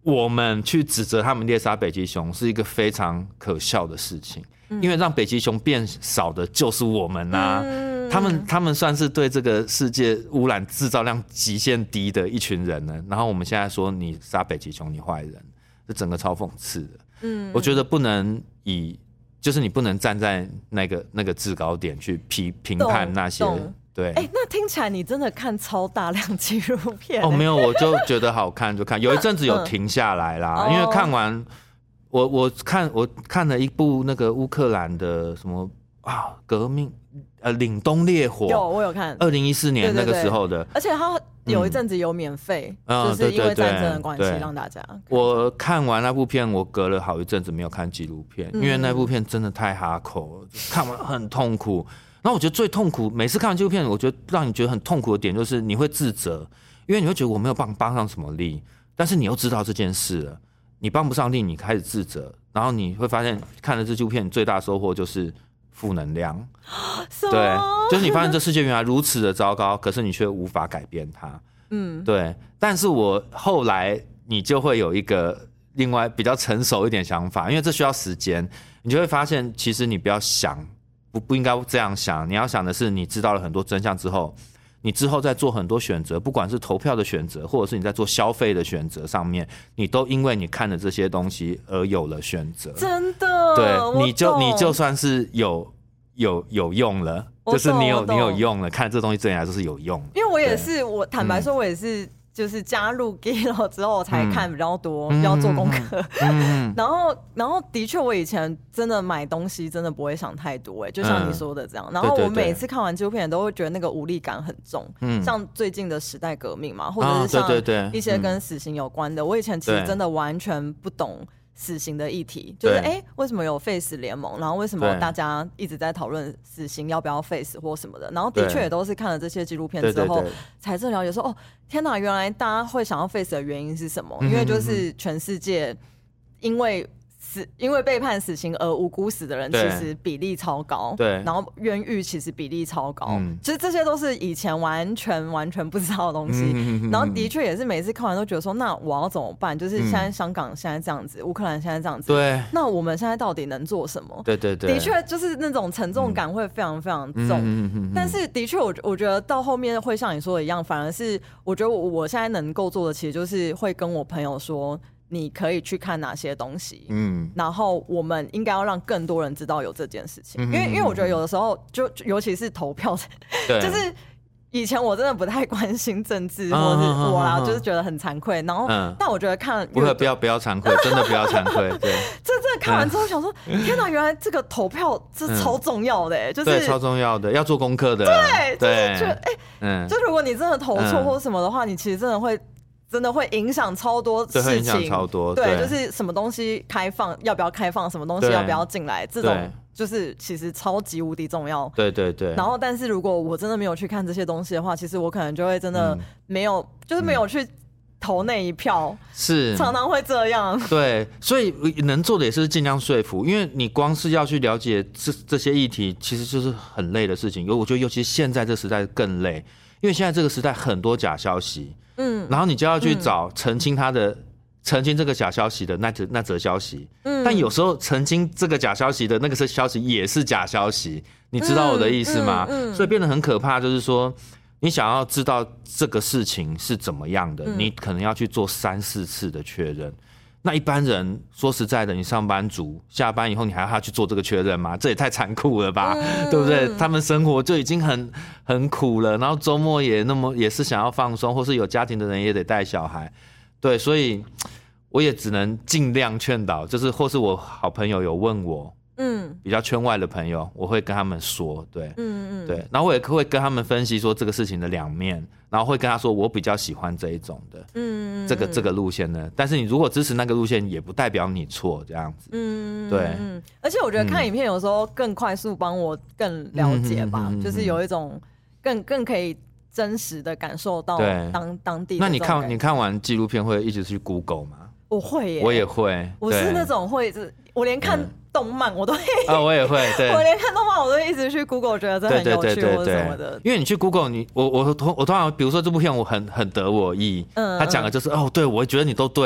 我们去指责他们猎杀北极熊是一个非常可笑的事情，因为让北极熊变少的就是我们啊。他们算是对这个世界污染制造量极限低的一群人呢，然后我们现在说你杀北极熊，你坏人，这整个超讽刺的。我觉得不能就是你不能站在那个制高点去评判那些。对， 那听起来你真的看超大量纪录片没有，我就觉得好看就看，有一阵子有停下来啦，因为看完我看了一部那个乌克兰的什么革命凛冬烈火， 我有看 2014年那个时候的， 而且它有一阵子有免费，就是因为战争的关系让大家。 我看完那部片，我隔了好一阵子没有看纪录片，因为那部片真的太哈口了，看完很痛苦。然后我觉得最痛苦，每次看完纪录片，我觉得让你觉得很痛苦的点就是你会自责，因为你会觉得我没有帮上什么力，但是你又知道这件事了，你帮不上力，你开始自责，然后你会发现看了这纪录片最大的收获就是负能量。对，就是你发现这世界原来如此的糟糕，可是你却无法改变它。对。但是我后来你就会有一个另外比较成熟一点想法，因为这需要时间，你就会发现其实你不要想。不应该这样想，你要想的是，你知道了很多真相之后，你之后在做很多选择，不管是投票的选择，或者是你在做消费的选择上面，你都因为你看了这些东西而有了选择。 真的， 对，你就算是有用了，就是你有用了，看这东西对你来说是有用的。 因为我也是，我坦白说，我也是。就是加入 Gillo 之后，我才看比较多，比较做功课。然后的确，我以前真的买东西真的不会想太多，就像你说的这样。然后我每次看完纪录片，都会觉得那个无力感很重。像最近的时代革命嘛，或者是像一些跟死刑有关的，我以前其实真的完全不懂死刑的议题，就是为什么有废死联盟，然后为什么大家一直在讨论死刑要不要废死或什么的，然后的确也都是看了这些纪录片之后才正了解说，天哪，原来大家会想要废死的原因是什么？因为就是全世界因为被判死刑而无辜死的人其实比例超高，对，然后冤狱其实比例超高，其实这些都是以前完全不知道的东西。然后的确也是每次看完都觉得说，那我要怎么办？就是现在香港现在这样子，乌克兰现在这样子，对，那我们现在到底能做什么？对，的确就是那种沉重感会非常非常重。但是的确我觉得到后面会像你说的一样，反而是我觉得我现在能够做的，其实就是会跟我朋友说。你可以去看哪些东西，然后我们应该要让更多人知道有这件事情，因为我觉得有的时候就尤其是投票，就是以前我真的不太关心政治，或者是我啦，就是觉得很惭愧。然后，但我觉得看不要惭愧，真的不要惭愧。对， 这真的看完之后想说，天哪，原来这个投票是超重要的，就是对超重要的，要做功课的。 对，就是觉得就如果你真的投错或什么的话，你其实真的会影响超多事情， 会影响超多。 对，就是什么东西开放，要不要开放，什么东西要不要进来，这种就是其实超级无敌重要。对。然后，但是如果我真的没有去看这些东西的话，其实我可能就会真的没有，就是没有去投那一票，是常常会这样。对， 所以能做的也是尽量说服，因为你光是要去了解这些议题，其实就是很累的事情。我觉得尤其现在这时代更累，因为现在这个时代很多假消息。然后你就要去找澄清这个假消息的那则消息，但有时候澄清这个假消息的那个消息也是假消息，你知道我的意思吗？所以变得很可怕，就是说你想要知道这个事情是怎么样的，你可能要去做3-4次的确认。那一般人说实在的，你上班族下班以后，你还要去做这个确认吗？这也太残酷了吧，对不对？他们生活就已经很苦了，然后周末也是想要放松，或是有家庭的人也得带小孩，对，所以我也只能尽量劝导，就是或是我好朋友有问我，比较圈外的朋友，我会跟他们说，对，对，然后我也会跟他们分析说这个事情的两面，然后会跟他说我比较喜欢这一种的，这个路线呢，但是你如果支持那个路线，也不代表你错，这样子，对， 而且我觉得看影片有时候更快速帮我更了解吧，就是有一种更可以真实的感受到当地的。那你看完纪录片会一直去 Google 吗？ 我会耶， 我也会， 我是那种会，我连看动漫我都会， 我也会，对， 我连看动漫我都会一直去 Google， 觉得这很有趣或者什么的。 因为你去 Google， 我通常比如说这部片我很得我意，他讲的就是对，我觉得你都对，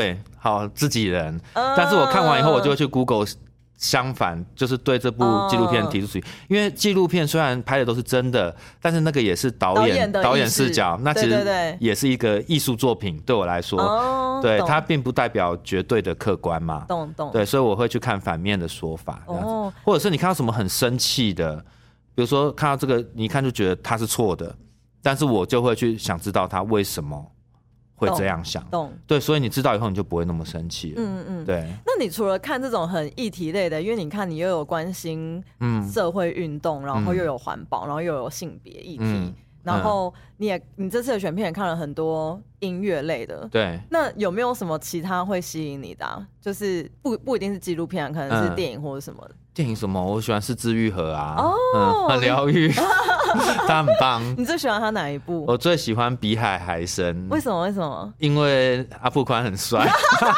好自己人，但是我看完以后，我就会去 Google。相反，就是对这部纪录片提出质疑，因为纪录片虽然拍的都是真的，但是那个也是导演视角，那其实也是一个艺术作品。对我来说，对它并不代表绝对的客观嘛。 懂。 对，所以我会去看反面的说法，这样子，或者是你看到什么很生气的，比如说看到这个，你一看就觉得他是错的，但是我就会去想知道他为什么会这样想，对，所以你知道以后你就不会那么生气了。对。那你除了看这种很议题类的，因为你看你又有关心社会运动，然后又有环保，然后又有性别议题，然后你这次的选片也看了很多音乐类的， 对。 那有没有什么其他会吸引你的啊？就是不一定是纪录片，可能是电影或者什么的。 电影什么？我喜欢是治愈合啊，很疗愈，他很棒。 你最喜欢他哪一部？ 我最喜欢《比海还深》。 为什么？因为阿布宽很帅。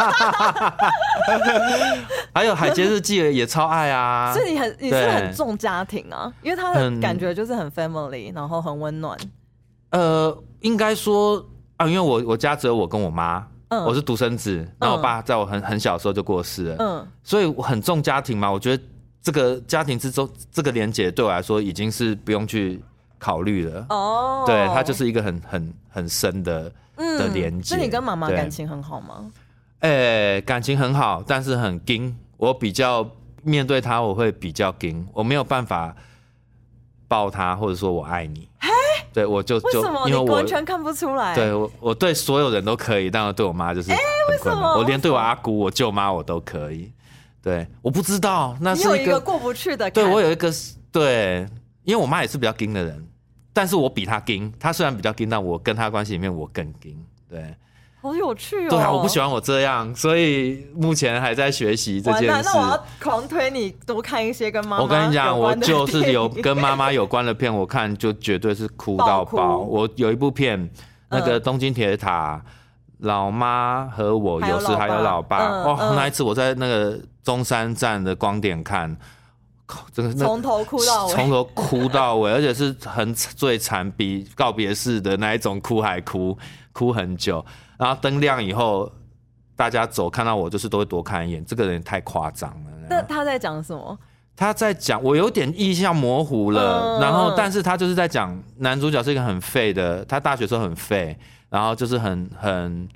还有《海街日记》也超爱啊。 所以你是很重家庭啊，因为他的感觉就是很 family， 然后很温暖。 应该说啊，因为我家只有我跟我妈。我是独生子，然后我爸在我很小的时候就过世了，所以我很重家庭嘛。我觉得这个家庭之中这个连结对我来说已经是不用去考虑了。对，它就是一个很深的连结。 那你跟妈妈感情很好吗？ 感情很好，但是很硬。我比较面对她，我会比较硬，我没有办法抱她，或者说我爱你。对，我就为什么？因为你完全看不出来。 对，我对所有人都可以，但我对我妈就是很困难。我连对我阿姑、我舅妈我都可以。对，我不知道那是一个过不去的坎。 对，我有一个对，因为我妈也是比较硬的人，但是我比她硬。她虽然比较硬，但我跟她关系里面我更硬。对。 好有趣哦！ 对啊，我不喜欢我这样，所以目前还在学习这件事。 那我要狂推你多看一些跟妈妈有关的我跟你讲，我就是有跟妈妈有关的片，我看就绝对是哭到爆。我有一部片，那个东京铁塔，老妈和我有时还有老爸。那一次我在那个中山站的光点看。 从头哭到尾，而且是最惨，比告别式的那一种哭还哭很久。然后灯亮以后，大家走看到我就是都会多看一眼，这个人太夸张了。 那他在讲什么？ 他在讲，我有点印象模糊了。然后，但是他就是在讲男主角是一个很废的，他大学时候很废，然后就是很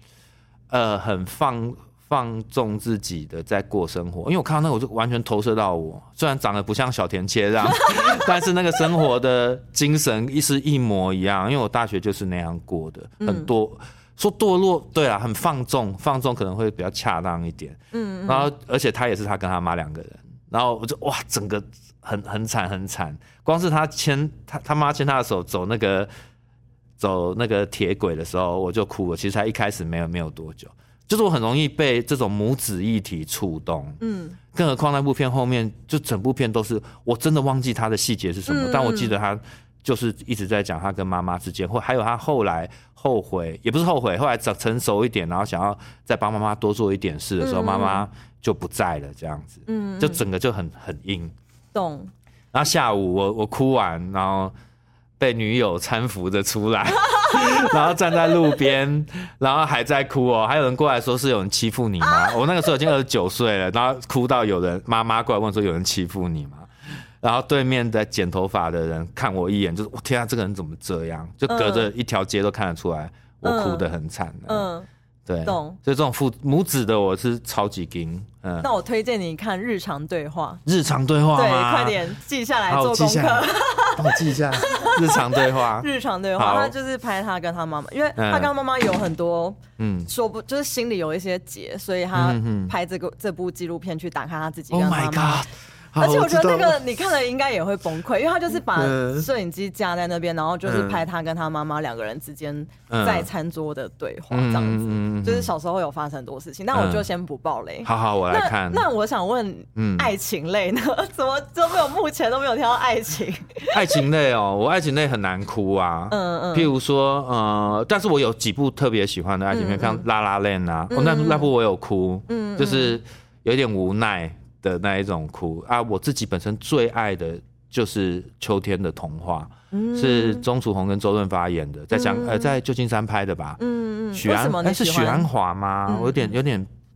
放纵自己的在过生活，因为我看到那个我就完全投射到我，虽然长得不像小田切让，但是那个生活的精神是一模一样，因为我大学就是那样过的，很多说堕落，对啦，很放纵可能会比较恰当一点，然后而且他也是他跟他妈2个人，然后我就哇，整个很惨，光是他妈牵他的手走那个铁轨的时候，我就哭了，其实他一开始没有多久。就是我很容易被这种母子议题触动，更何况那部片后面就整部片都是我真的忘记他的细节是什么，但我记得他就是一直在讲他跟妈妈之间，或还有他后来后悔，也不是后悔，后来成熟一点，然后想要再帮妈妈多做一点事的时候，妈妈就不在了，这样子，就整个就很硬。 懂。 然后下午我哭完，然后被女友搀扶着出来。然后站在路边，然后还在哭哦，还有人过来说是有人欺负你吗？我那个时候已经29岁了，然后哭到有人妈妈过来问说有人欺负你吗？然后对面的剪头发的人看我一眼，就是我天啊，这个人怎么这样？就隔着一条街都看得出来，我哭得很惨。对，懂。所以这种母子的我是超级硬。 那我推荐你看《日常对话》。 日常对话吗？ 对，快点记下来做功课。 帮我记一下。日常对话。 日常对话，他就是拍他跟他妈妈，因为他跟他妈妈有很多说不，就是心里有一些结，所以他拍这部纪录片去打开他自己跟他妈妈。 Oh my God。 而且我觉得那个你看了应该也会崩溃，因为他就是把摄影机架在那边，然后就是拍他跟他妈妈2个人之间在餐桌的对话，这样子，就是小时候有发生很多事情。但我就先不爆雷。 好，我来看。 那我想问，爱情类呢？怎么都没有？目前都没有听到爱情。 爱情类哦，我爱情类很难哭啊。譬如说，但是我有几部特别喜欢的爱情片，像《La La Land》啊，那部我有哭，就是有点无奈的那一种哭啊。我自己本身最爱的就是《秋天的童话》，是钟楚红跟周润发演的，在旧金山拍的吧？许安是许鞍华吗？我有点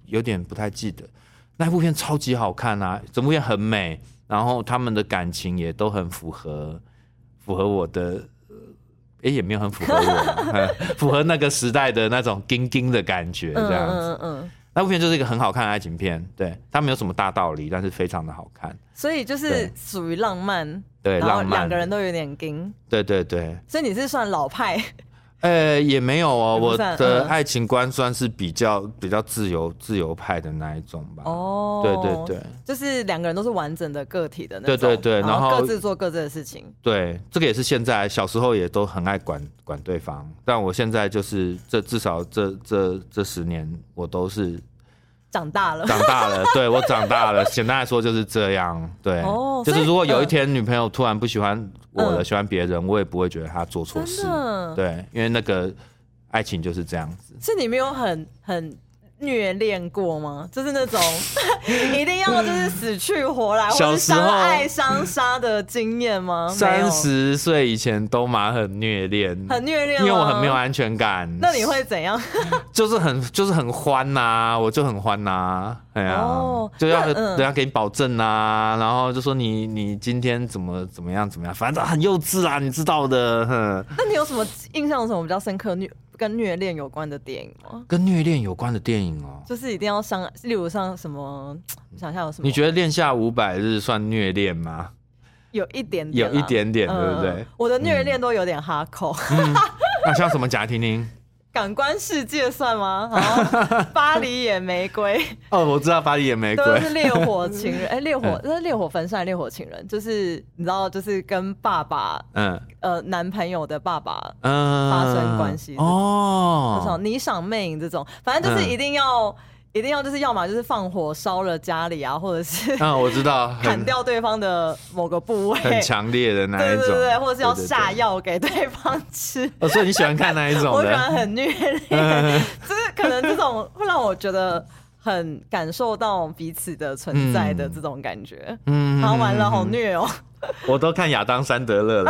有点不太记得。那部片超级好看啊，整部片很美，然后他们的感情也都很符合我的，也没有很符合我，符合那个时代的那种叮叮的感觉，这样子。那部片就是一个很好看的爱情片，对，它没有什么大道理，但是非常的好看。 所以就是属于浪漫， 对， 然后浪漫， 两个人都有点叮。 对对对。 所以你是算老派？ 也没有哦，我的爱情观算是比较自由派的那一种吧。 哦， 对对对， 就是两个人都是完整的个体的那种。 对对对， 然后各自做各自的事情。对， 这个也是现在小时候也都很爱管对方，但我现在就是至少这10年我都是长大了，对，我长大了。简单来说就是这样，对，就是如果有一天女朋友突然不喜欢我了，喜欢别人，我也不会觉得她做错事，对，因为那个爱情就是这样子。是你没有很虐恋过吗？就是那种一定要就是死去活来，或者相爱相杀的经验吗？30岁以前都很虐恋，因为我很没有安全感。那你会怎样？就是很欢呐，我就很欢呐，哎呀，就要人家给你保证啊，然后就说你今天怎么样，反正很幼稚啊，你知道的。那你有什么印象？有什么比较深刻跟虐恋有关的电影吗？跟虐恋有关的电影哦，就是一定要上，例如像什么，我想一下有什么？你觉得《恋夏500日》算虐恋吗？有一点点，对不对？我的虐恋都有点哈口。那像什么？讲来听听。感官世界算吗？巴黎野玫瑰。我知道巴黎野玫瑰。都是烈火情人，烈火焚山，烈火情人，就是你知道，就是跟爸爸，男朋友的爸爸发生关系。你赏魅影这种，反正就是一定要就是要么就是放火烧了家里啊，或者是我知道砍掉对方的某个部位，很强烈的那一种，对，或者是要下药给对方吃。所以你喜欢看那一种的？我喜欢很虐恋，就是可能这种会让我觉得很感受到彼此的存在的这种感觉。好，完了，好虐哦。我都看亚当·山德勒了，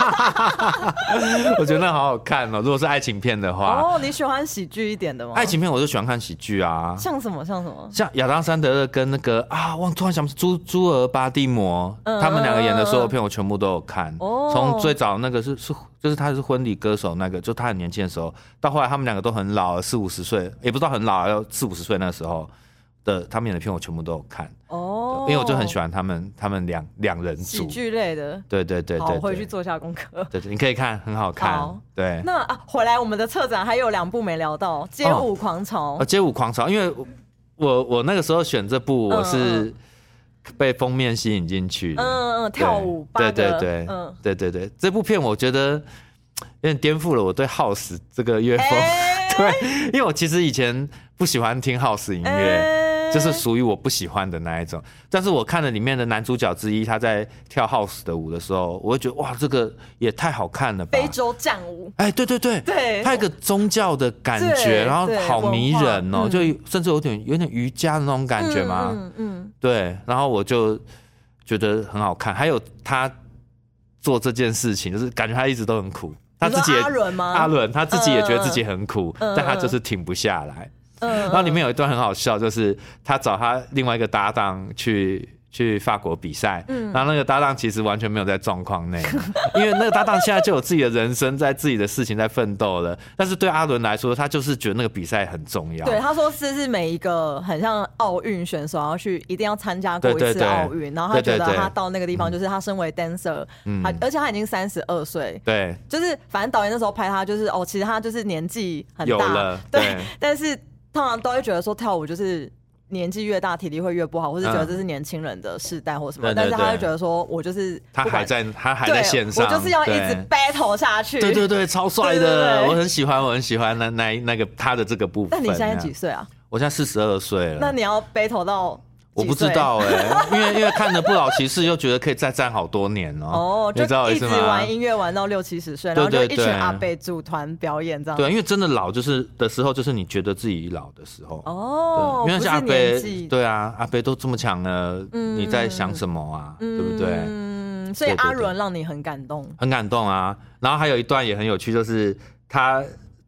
我觉得那好好看哦。如果是爱情片的话，你喜欢喜剧一点的吗？爱情片我就喜欢看喜剧啊，像什么？像亚当·山德勒跟那个我突然想不起朱尔巴蒂摩，他们两个演的所有片我全部都有看。从最早那个就是他是婚礼歌手那个，就他很年轻的时候，到后来他们两个都很老了，40-50岁，也不知道很老，要40-50岁那时候的他们演的片我全部都有看。因为我就很喜欢他们两人组喜剧类的。对，好，我回去做一下功课。对，你可以看，很好看。对，那回来我们的策展还有2部没聊到，《街舞狂潮》。街舞狂潮，因为我那个时候选这部，我是被封面吸引进去的。跳舞，对，这部片我觉得有点颠覆了我对 House 这个乐风。对，因为我其实以前不喜欢听 House 音乐。就是属于我不喜欢的那一种，但是我看了里面的男主角之一，他在跳 House 的舞的时候，我会觉得哇，这个也太好看了吧！非洲战舞，对，他有一个宗教的感觉，然后好迷人哦，就甚至有点瑜伽的那种感觉嘛，对，然后我就觉得很好看。还有他做这件事情，就是感觉他一直都很苦，他自己也阿伦他自己也觉得自己很苦，但他就是停不下来。然后里面有一段很好笑，就是他找他另外一个搭档去法国比赛，然后那个搭档其实完全没有在状况内，因为那个搭档现在就有自己的人生，在自己的事情在奋斗了。但是对阿伦来说，他就是觉得那个比赛很重要。对，他说是每一个很像奥运选手要去一定要参加过一次奥运，然后他觉得他到那个地方，就是他身为 dancer，而且他已经32岁，对，就是反正导演那时候拍他就是其实他就是年纪很大了，对，但是通常都会觉得说跳舞就是年纪越大体力会越不好，或是觉得这是年轻人的世代或什么，但是他会觉得说我就是他还在线上，我就是要一直 battle 下去。对，超帅的，我很喜欢那个他的这个部分。那你现在几岁啊？我现在42岁了。那你要 battle 到？我不知道因为看了《不老骑士》又觉得可以再战好多年哦，就一直玩音乐玩到60-70岁，然后就一群阿伯组团表演这样。对，因为真的老就是的时候，就是你觉得自己老的时候哦，因为像阿伯，对啊，阿伯都这么强了，你在想什么啊？对不对？所以阿伦让你很感动，很感动啊。然后还有一段也很有趣，就是他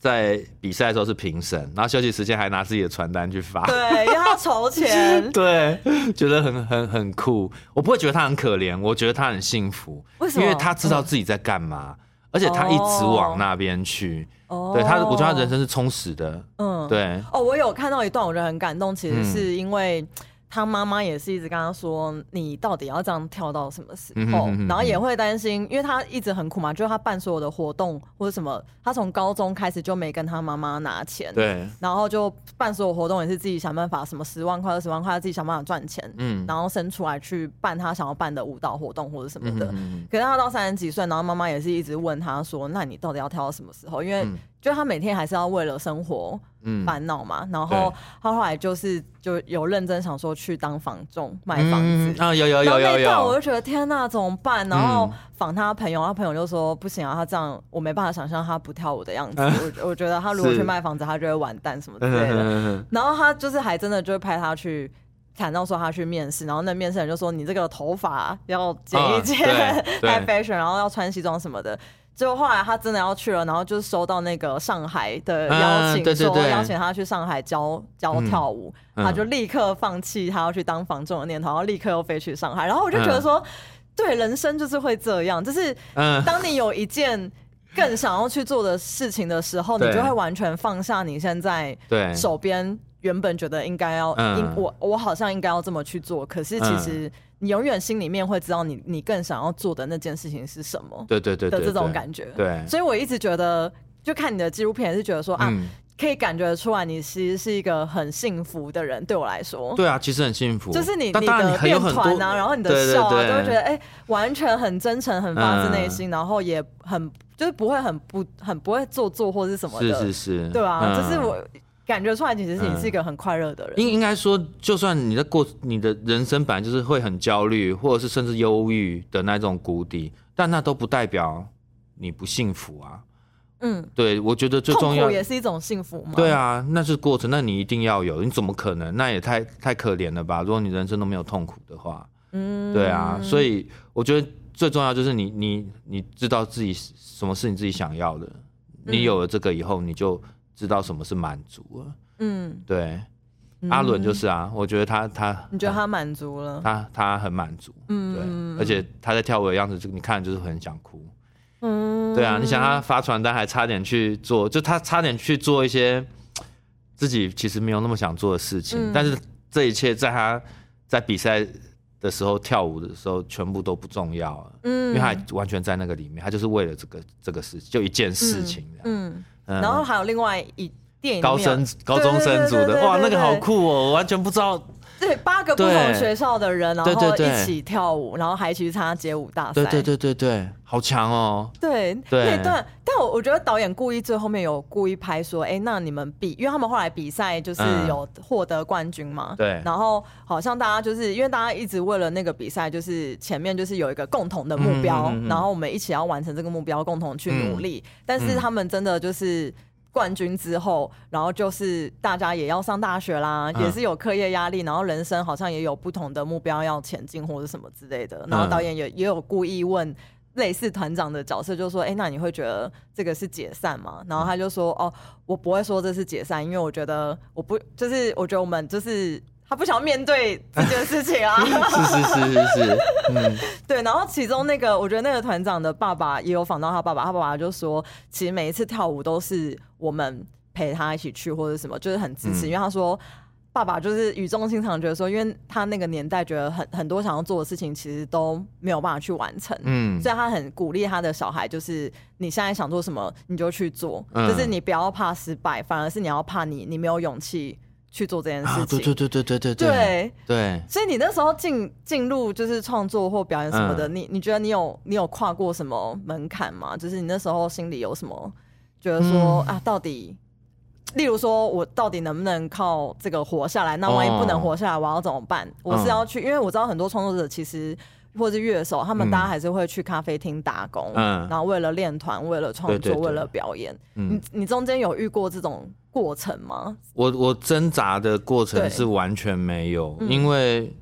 在比赛的时候是评审，然后休息时间还拿自己的传单去发。 对，因为他筹钱。 对，觉得很酷。我不会觉得他很可怜，我觉得他很幸福。 为什么？ 因为他知道自己在干嘛，而且他一直往那边去。对他，我觉得他人生是充实的。对。 我有看到一段，我觉得很感动，其实是因为他妈妈也是一直跟他说，你到底要这样跳到什么时候？然后也会担心，因为他一直很苦嘛，就是他办所有的活动或者什么，他从高中开始就没跟他妈妈拿钱， 对， 然后就办所有活动也是自己想办法，什么10万块、20万块，自己想办法赚钱，然后生出来去办他想要办的舞蹈活动或者什么的。可是他到30几岁，然后妈妈也是一直问他说，那你到底要跳到什么时候？因为就他每天还是要为了生活烦恼嘛，然后他后来就有认真想说去当房仲卖房子有， 然后那一段我就觉得天哪怎么办？然后访他朋友，他朋友就说不行啊，他这样我没办法想象他不跳舞的样子。我觉得他如果去卖房子，他就会完蛋什么之类的。然后他就是还真的就派他去。谈到说他去面试，然后那面试人就说你这个头发要剪一剪，太 fashion， 然后要穿西装什么的。结果后来他真的要去了，然后就是收到那个上海的邀请，说邀请他去上海教跳舞，他就立刻放弃他要去当房仲的念头，然后立刻又飞去上海。然后我就觉得说，对，人生就是会这样，就是当你有一件更想要去做的事情的时候，你就会完全放下你现在手边原本觉得应该要，我好像应该要这么去做，可是其实你永远心里面会知道你更想要做的那件事情是什么， 对的这种感觉。 对， 所以我一直觉得，就看你的纪录片，也是觉得说可以感觉出来你其实是一个很幸福的人。对我来说， 对啊，其实很幸福， 就是你的练团啊，然后你的笑啊，都会觉得完全很真诚，很发自内心，然后也很就是不会很不会做作或是什么的， 是， 对啊，就是我感觉出来，其实你是一个很快乐的人。 应该说，就算你你的人生本来就是会很焦虑，或者是甚至忧郁的那种谷底，但那都不代表你不幸福啊。对，我觉得最重要， 痛苦也是一种幸福嘛。 对啊，那是过程，那你一定要有，你怎么可能？那也太可怜了吧？如果你人生都没有痛苦的话，对啊，所以我觉得最重要就是你知道自己什么是你自己想要的，你有了这个以后，你就知道什么是满足了。对，阿伦就是啊，我觉得他， 你觉得他满足了？ 他很满足，对，而且他在跳舞的样子，你看就是很想哭。对啊，你想他发传单还差点去做，就他差点去做一些自己其实没有那么想做的事情，但是这一切在他在比赛的时候跳舞的时候全部都不重要了，因为他完全在那个里面，他就是为了这个事情，就一件事情。 然后还有另外一电影高中生组的，哇，那个好酷哦，我完全不知道。 对，8个不同学校的人，然后一起跳舞，然后还一起去参加街舞大赛。 对，好强哦。 对，那段，但我觉得导演故意最后面有故意拍说，那你们因为他们后来比赛就是有获得冠军嘛， 对， 然后好像大家就是因为大家一直为了那个比赛，就是前面就是有一个共同的目标，然后我们一起要完成这个目标，共同去努力。但是他们真的就是冠军之后，然后就是大家也要上大学啦，也是有课业压力，然后人生好像也有不同的目标要前进或者什么之类的。然后导演也有故意问类似团长的角色，就说：“那你会觉得这个是解散吗？”然后他就说：“我不会说这是解散，因为我觉得我觉得我们就是他不想要面对这件事情啊。” 是， 对。然后其中我觉得那个团长的爸爸也有访到他爸爸，他爸爸就说，其实每一次跳舞都是我们陪他一起去或者什么，就是很支持，因为他说爸爸就是语重心长觉得说，因为他那个年代觉得很多想要做的事情其实都没有办法去完成，所以他很鼓励他的小孩，就是你现在想做什么你就去做，就是你不要怕失败，反而是你要怕你没有勇气去做这件事情。对，所以你那时候进入就是创作或表演什么的，你觉得你有跨过什么门槛吗？就是你那时候心里有什么觉得说到底，例如说我到底能不能靠这个活下来？那万一不能活下来，我要怎么办？我是要去，因为我知道很多创作者其实或是乐手，他们大家还是会去咖啡厅打工，然后为了练团，为了创作，为了表演。你中间有遇过这种过程吗？ 我挣扎的过程是完全没有，因为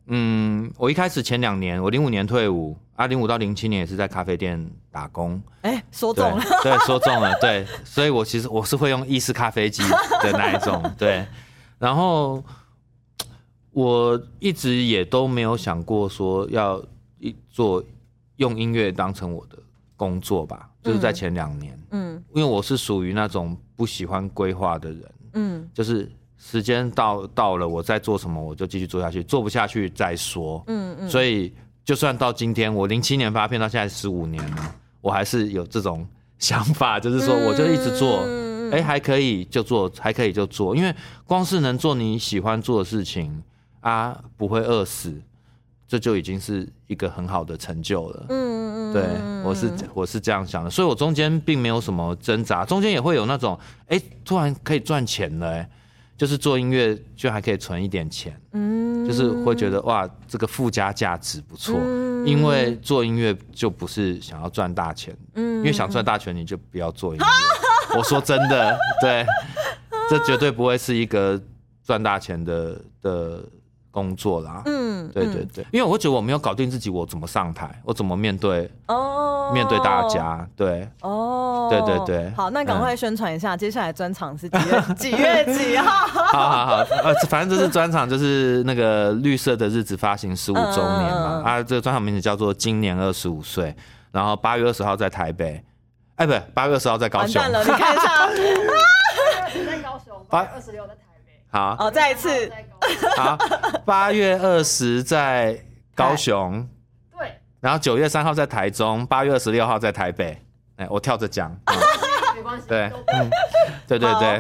我一开始前2年，我05年退伍啊，05到07年也是在咖啡店打工。 说中了， 对，说中了，对，所以我其实是会用意式咖啡机的那一种，对。然后我一直也都没有想过说要用音乐当成我的工作吧，就是在前2年，因为我是属于那种不喜欢规划的人，就是时间到了，我在做什么我就继续做下去，做不下去再说。所以就算到今天，我07年发片到现在15年了，我还是有这种想法，就是说我就一直做，还可以就做，还可以就做，因为光是能做你喜欢做的事情啊，不会饿死，这就已经是一个很好的成就了。对，我是这样想的，所以我中间并没有什么挣扎，中间也会有那种突然可以赚钱了，就是做音乐就还可以存一点钱，就是会觉得哇，这个附加价值不错，因为做音乐就不是想要赚大钱，因为想赚大钱你就不要做音乐。我说真的，对，这绝对不会是一个赚大钱的工作啦。对，因为我会觉得我没有搞定自己，我怎么上台，我怎么面对大家，对，对。 好，那赶快宣传一下，接下来专场是几月几号？ 好，反正这是专场，就是那个绿色的日子发行15周年嘛，这个专场名字叫做今年25岁，然后8月20号在台北，不，8月20号在高雄。 完蛋了，你看一下， 在高雄，8月26在台北。 好， 再一次。 好，8月20在高雄， 对， 然后9月3号在台中，8月26号在台北。我跳着讲， 没关系。 对，对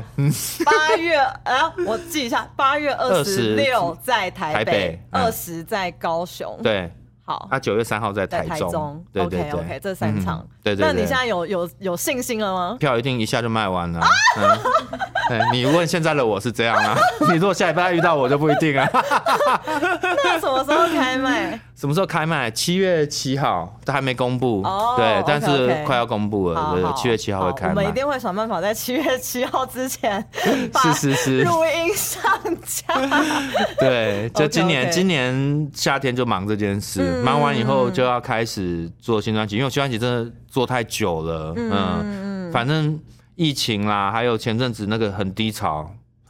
，8月，我记一下，8月26在台北，20在高雄， 对。 好 ，9月3号在台中，对 ，OK， 这3场， 对。 那你现在有信心了吗？ 票一定一下就卖完了。你问现在的我是这样啊，你如果下礼拜遇到我就不一定啊。 那什么时候开卖？ 什么时候开卖？7月7号，还没公布，对，但是快要公布了，对，7月7号会开卖。 我们一定会想办法在7月7号之前把是录音上架。 对，就今年夏天就忙这件事，忙完以后就要开始做新专辑，因为我新专辑真的做太久了，反正疫情啦，还有前阵子那个很低潮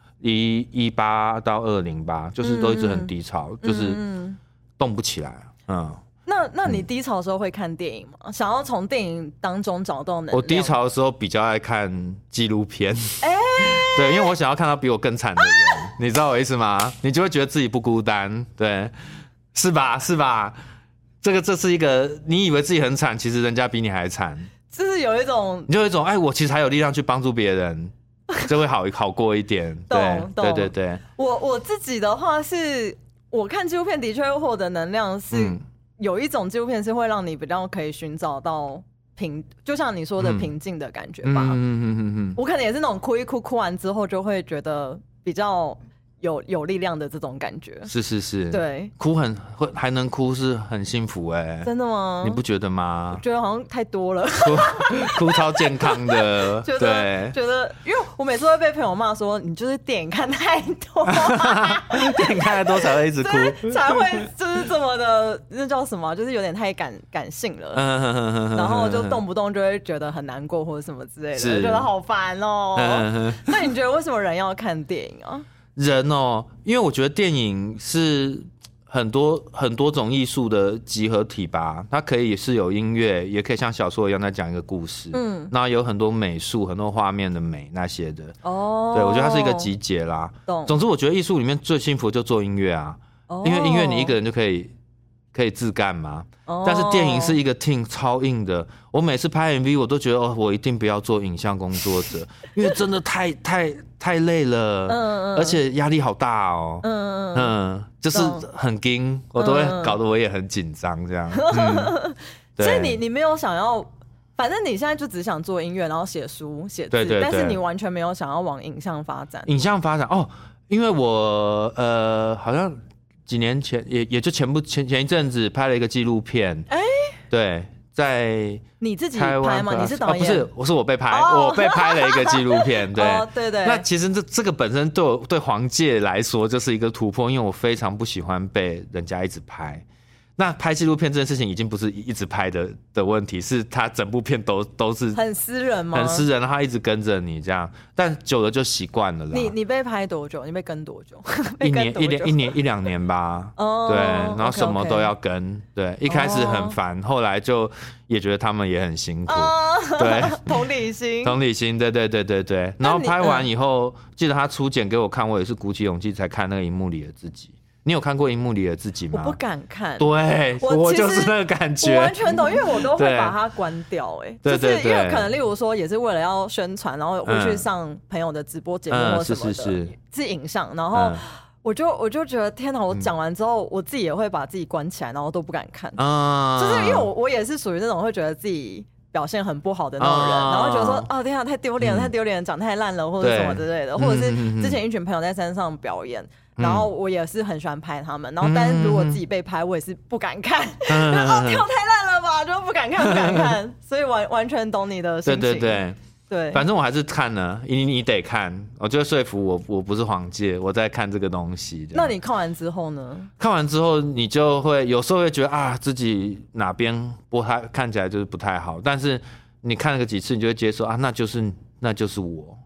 ，18到20吧，就是都一直很低潮，就是动不起来。 那你低潮的时候会看电影吗？想要从电影当中找到能量？ 我低潮的时候比较爱看纪录片，对，因为我想要看到比我更惨的人，你知道我意思吗？你就会觉得自己不孤单，对，是吧？这是一个你以为自己很惨，其实人家比你还惨， 就是有一种， 你就有一种我其实还有力量去帮助别人，就会好过一点。对。 我自己的话是，我看纪录片的确会获得能量，是有一种纪录片是会让你比较可以寻找到就像你说的平静的感觉吧。我可能也是那种哭一哭完之后就会觉得比较有力量的这种感觉。 是，对，哭还能哭是很幸福真的吗？ 你不觉得吗？ 我觉得好像太多了， 哭超健康的， 对，觉得因为我每次会被朋友骂说你就是电影看太多， 电影看太多才会一直哭， 才会就是这么的，那叫什么？就是有点太感性了，然后就动不动就会觉得很难过或者什么之类的，觉得好烦哦。那你觉得为什么人要看电影啊？ 人因为我觉得电影是很多种艺术的集合体吧，它可以是有音乐，也可以像小说一样在讲一个故事，那有很多美术、很多画面的美那些的，对，我觉得它是一个集结啦。总之，我觉得艺术里面最幸福就做音乐啊，因为音乐你一个人就可以自干嘛，但是电影是一个 team 超硬的。我每次拍 MV 我都觉得我一定不要做影像工作者，因为真的太累了，而且压力好大就是很紧，我都会搞得我也很紧张这样。 所以你没有想要，反正你现在就只想做音乐，然后写书写字，但是你完全没有想要往影像发展。 影像发展因为我好像几年前也就前一阵子拍了一个纪录片，对， 在你自己拍吗？你是导演？ 不是，我被拍，我被拍了一个纪录片。对， 对对。 那其实这个本身对黄介来说就是一个突破，因为我非常不喜欢被人家一直拍。那拍纪录片这件事情已经不是一直拍的问题，是他整部片都是很私人吗？ 很私人，他一直跟着你这样，但久了就习惯了啦。 你被拍多久？你被跟多久？ 一两年吧。对，然后什么都要跟。对，一开始很烦，后来就也觉得他们也很辛苦。对， 同理心， 对。然后拍完以后，记得他初剪给我看，我也是鼓起勇气才看那个荧幕里的自己。你有看过荧幕里的自己吗？ 我不敢看。 对，我就是那个感觉。 我完全懂，因为我都会把它关掉。 对， 就是因为可能例如说也是为了要宣传，然后会去上朋友的直播节目或什么的，是影像，然后我就觉得天哪！我讲完之后，我自己也会把自己关起来，然后都不敢看。就是因为我也是属于那种会觉得自己表现很不好的那种人，然后觉得说哦天啊太丢脸了，太丢脸了，长太烂了或者什么之类的，或者是之前一群朋友在山上表演。然后我也是很喜欢拍他们，然后但是如果自己被拍，我也是不敢看，跳太烂了吧，就不敢看，所以完全懂你的心情。对， 反正我还是看了，你得看，我就说服我不是黄介，我在看这个东西。 那你看完之后呢？ 看完之后，你就会有时候会觉得自己哪边看起来就是不太好，但是你看了几次，你就会接受那就是我，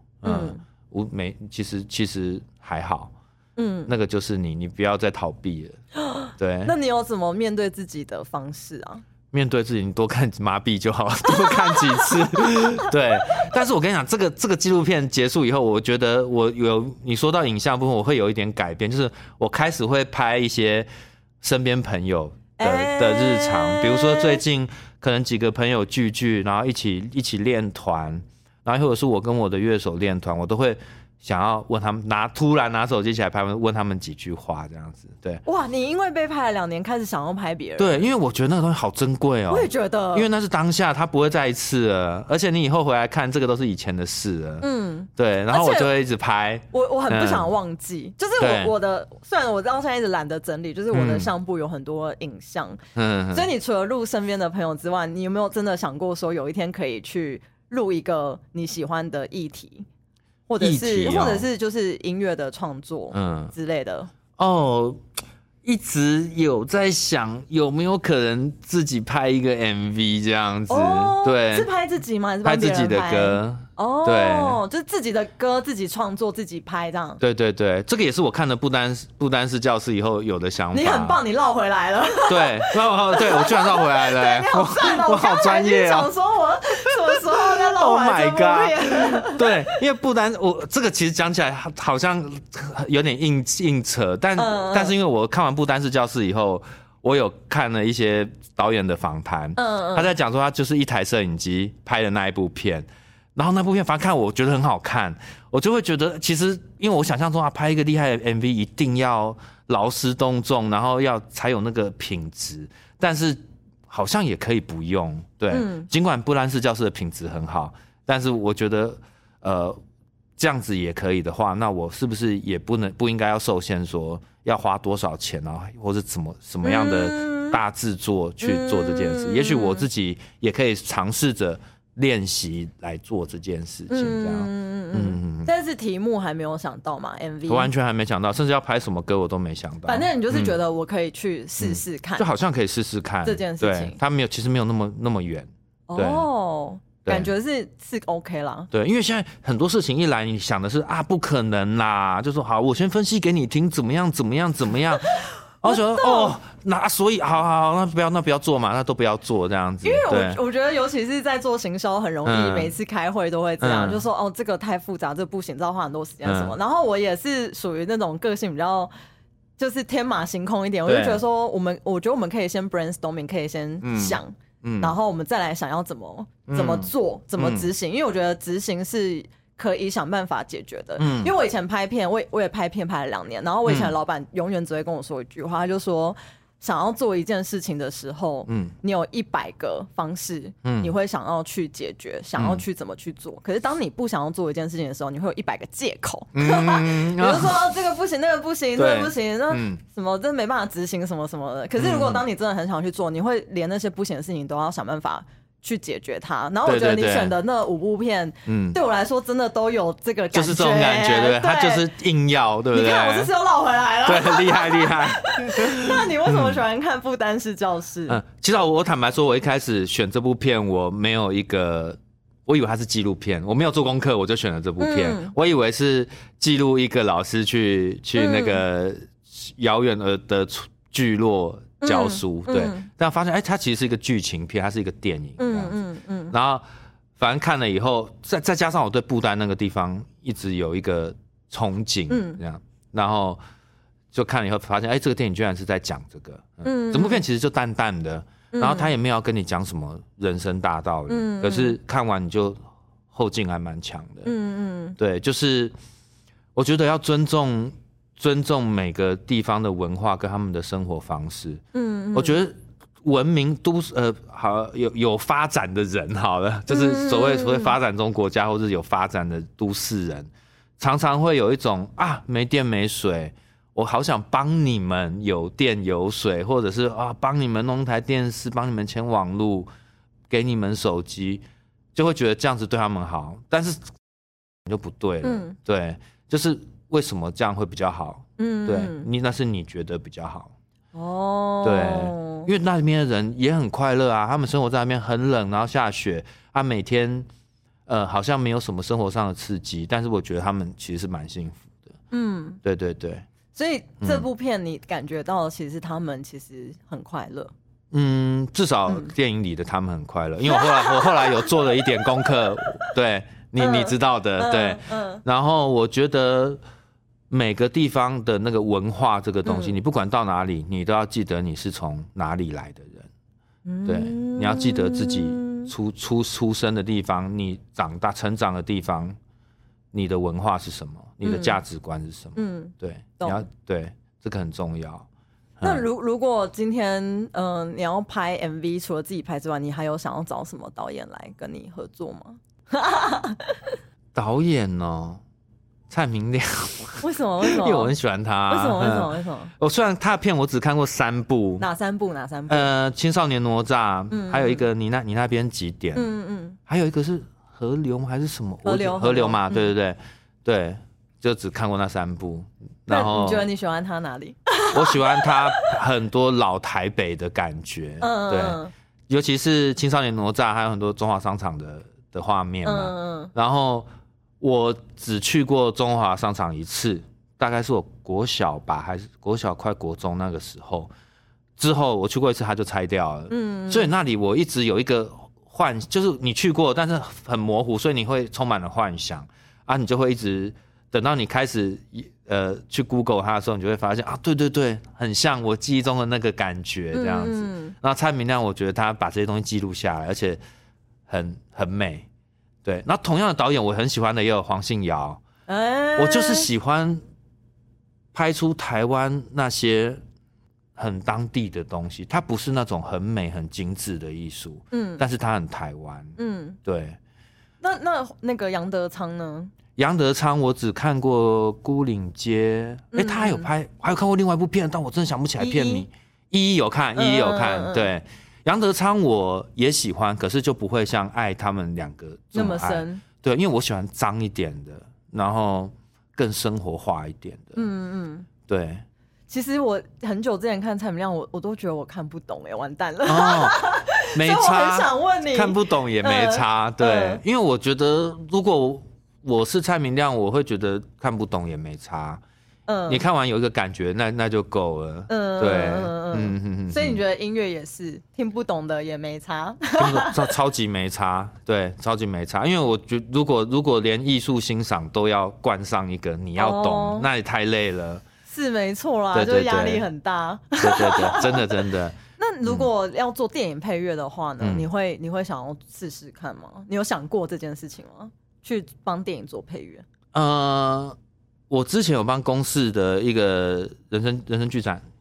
其实还好。那个就是你不要再逃避了。对， 那你有怎么面对自己的方式啊？ 面对自己，你多看麻痹就好了，多看几次。对，但是我跟你讲，这个纪录片结束以后，我觉得你说到影像部分，我会有一点改变，就是我开始会拍一些身边朋友的日常，比如说最近可能几个朋友聚，然后一起练团，然后或者是我跟我的乐手练团，我都会想要问他们突然拿手机起来拍，问他们几句话这样子。对， 哇，你因为被拍了2年，开始想要拍别人。 对，因为我觉得那个东西好珍贵哦。 我也觉得， 因为那是当下，它不会再一次了，而且你以后回来看，这个都是以前的事了。对，然后我就会一直拍。 我很不想忘记，就是我的，虽然我到现在一直懒得整理，就是我的相簿有很多影像。所以你除了录身边的朋友之外，你有没有真的想过说有一天可以去录一个你喜欢的议题？或者是就是音乐的创作之类的。 一直有在想有没有可能自己拍一个 MV 这样子。对， 是拍自己吗？还是拍自己的歌？对， 就是自己的歌自己创作自己拍这样。 对，这个也是我看了不单是教室以后有的想法。 你很棒，你绕回来了。 对，我居然绕回来了。我好专业啊！ 想说我什么时候要绕回来？ Oh my god！ 对，因为不单我这个其实讲起来好像有点硬扯，但是因为我看完不单是教室以后，我有看了一些导演的访谈，他在讲说他就是一台摄影机拍的那一部片。然后那部片反正看我觉得很好看，我就会觉得其实因为我想象中拍一个厉害的 MV 一定要劳师动众，然后才有那个品质，但是好像也可以不用。对，尽管不单是教室的品质很好，但是我觉得这样子也可以的话，那我是不是也不应该要受限说要花多少钱啊，或者什么样的大制作去做这件事？也许我自己也可以尝试着练习来做这件事情，这样。 但是题目还没有想到嘛 ？MV 我完全还没想到，甚至要拍什么歌我都没想到。 反正你就是觉得我可以去试试看， 就好像可以试试看这件事情。 它其实没有那么远。 感觉是 OK 啦。 对，因为现在很多事情一来，你想的是不可能啦，就说好，我先分析给你听，怎么样。然后说所以好，那不要做嘛，那都不要做这样子。 因为我觉得尤其是在做行销很容易，每次开会都会这样，就说这个太复杂，这不行，这要花很多时间什么。然后我也是属于那种个性比较就是天马行空一点，我就觉得说我觉得我们可以先 brainstorming， 可以先想，然后我们再来想要怎么做，怎么执行。因为我觉得执行是可以想办法解决的。因为我以前拍片，我也拍片拍了2年，然后我以前的老板永远只会跟我说一句话，他就说想要做一件事情的时候，你有100个方式，你会想要去解决，想要去怎么去做。可是当你不想要做一件事情的时候，你会有100个借口，比如说这个不行，那个不行，这个不行，那什么这没办法执行什么什么的。可是如果当你真的很想去做，你会连那些不行的事情都要想办法去解决它。然后我觉得你选的那5部片，对我来说真的都有这个感觉， 就是这种感觉，对，它就是硬要，对不对？ 你看我这次又绕回来了， 对，厉害厉害。 那你为什么喜欢看《不丹式教室》？ 其实我坦白说，我一开始选这部片，我没有一个，我以为它是纪录片，我没有做功课，我就选了这部片。我以为是记录一个老师去那个遥远的聚落教书，对，但发现它其实是一个剧情片，它是一个电影，然后反正看了以后，再加上我对不丹那个地方一直有一个憧憬，这样，然后就看了以后发现，这个电影居然是在讲这个，整部片其实就淡淡的，然后他也没有要跟你讲什么人生大道理，可是看完你就后劲还蛮强的，对，就是我觉得要尊重每个地方的文化跟他们的生活方式，我觉得文明好有发展的人好了，就是所谓发展中国家或者有发展的都市人，常常会有一种没电没水，我好想帮你们有电有水，或者是帮你们弄台电视，帮你们牵网路，给你们手机，就会觉得这样子对他们好，但是就不对了，对，就是为什么这样会比较好？对，那是你觉得比较好对，因为那边的人也很快乐啊，他们生活在那边很冷，然后下雪，每天好像没有什么生活上的刺激，但是我觉得他们其实是蛮幸福的。对对对。 所以这部片你感觉到其实他们其实很快乐。 至少电影里的他们很快乐，因为我后来有做了一点功课，对你知道的，对，然后我觉得每个地方的那个文化这个东西，你不管到哪里，你都要记得你是从哪里来的人，对，你要记得自己出生的地方，你成长的地方，你的文化是什么，你的价值观是什么，对，对，这个很重要。 那如果今天你要拍 MV， 除了自己拍之外，你还有想要找什么导演来跟你合作吗？ 导演哦，蔡明亮。 为什么？ 因为我很喜欢他。 为什么？ 我虽然他的片我只看过3部。 哪三部？ 青少年哪吒，还有一个你那边几点？还有一个是河流还是什么？河流嘛，对对对对，就只看过那3部。然后你觉得你喜欢他哪里？ 我喜欢他很多老台北的感觉，对，尤其是青少年哪吒，还有很多中华商场的画面嘛。然后我只去过中华商场1次，大概是我国小吧，还是国小快国中那个时候。之后我去过1次，它就拆掉了。所以那里我一直有一个就是你去过，但是很模糊，所以你会充满了幻想你就会一直等到你开始去 Google 它的时候，你就会发现对对对，很像我记忆中的那个感觉这样子。然后蔡明亮，我觉得他把这些东西记录下来，而且很美。对，然后同样的导演我很喜欢的也有黄信尧，我就是喜欢拍出台湾那些很当地的东西，它不是那种很美很精致的艺术，但是它很台湾，对。 那个杨德昌呢？ 杨德昌我只看过孤岭街，他还有拍，还有看过另外一部片，但我真的想不起来片名。一有看，对。杨德昌我也喜欢，可是就不会像爱他们2个这么深，对，因为我喜欢脏一点的，然后更生活化一点的，对。 其实我很久之前看蔡明亮，我都觉得我看不懂，完蛋了。 没差， 所以我很想问你， 看不懂也没差，对，因为我觉得如果我是蔡明亮，我会觉得看不懂也没差。你看完有一个感觉，那就够了。对， 所以你觉得音乐也是听不懂的也没差， 超级没差，对，超级没差。因为我觉得如果连艺术欣赏都要冠上一个你要懂，那也太累了。 是没错啦，就是压力很大。 对，真的。 那如果要做电影配乐的话呢？你会想要试试看吗？你有想过这件事情吗？去帮电影做配乐？我之前有帮公视的一个人生剧展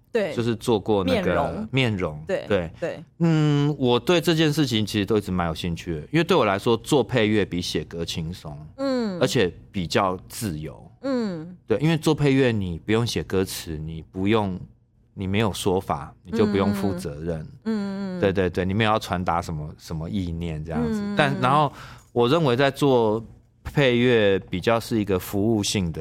对， 就是做过那个面容， 对， 我对这件事情其实都一直蛮有兴趣的，因为对我来说做配乐比写歌轻松，而且比较自由，对，因为做配乐你不用写歌词，你没有说法，你就不用负责任，对，你没有要传达什么意念这样子，然后我认为在做配乐比较是一个服务性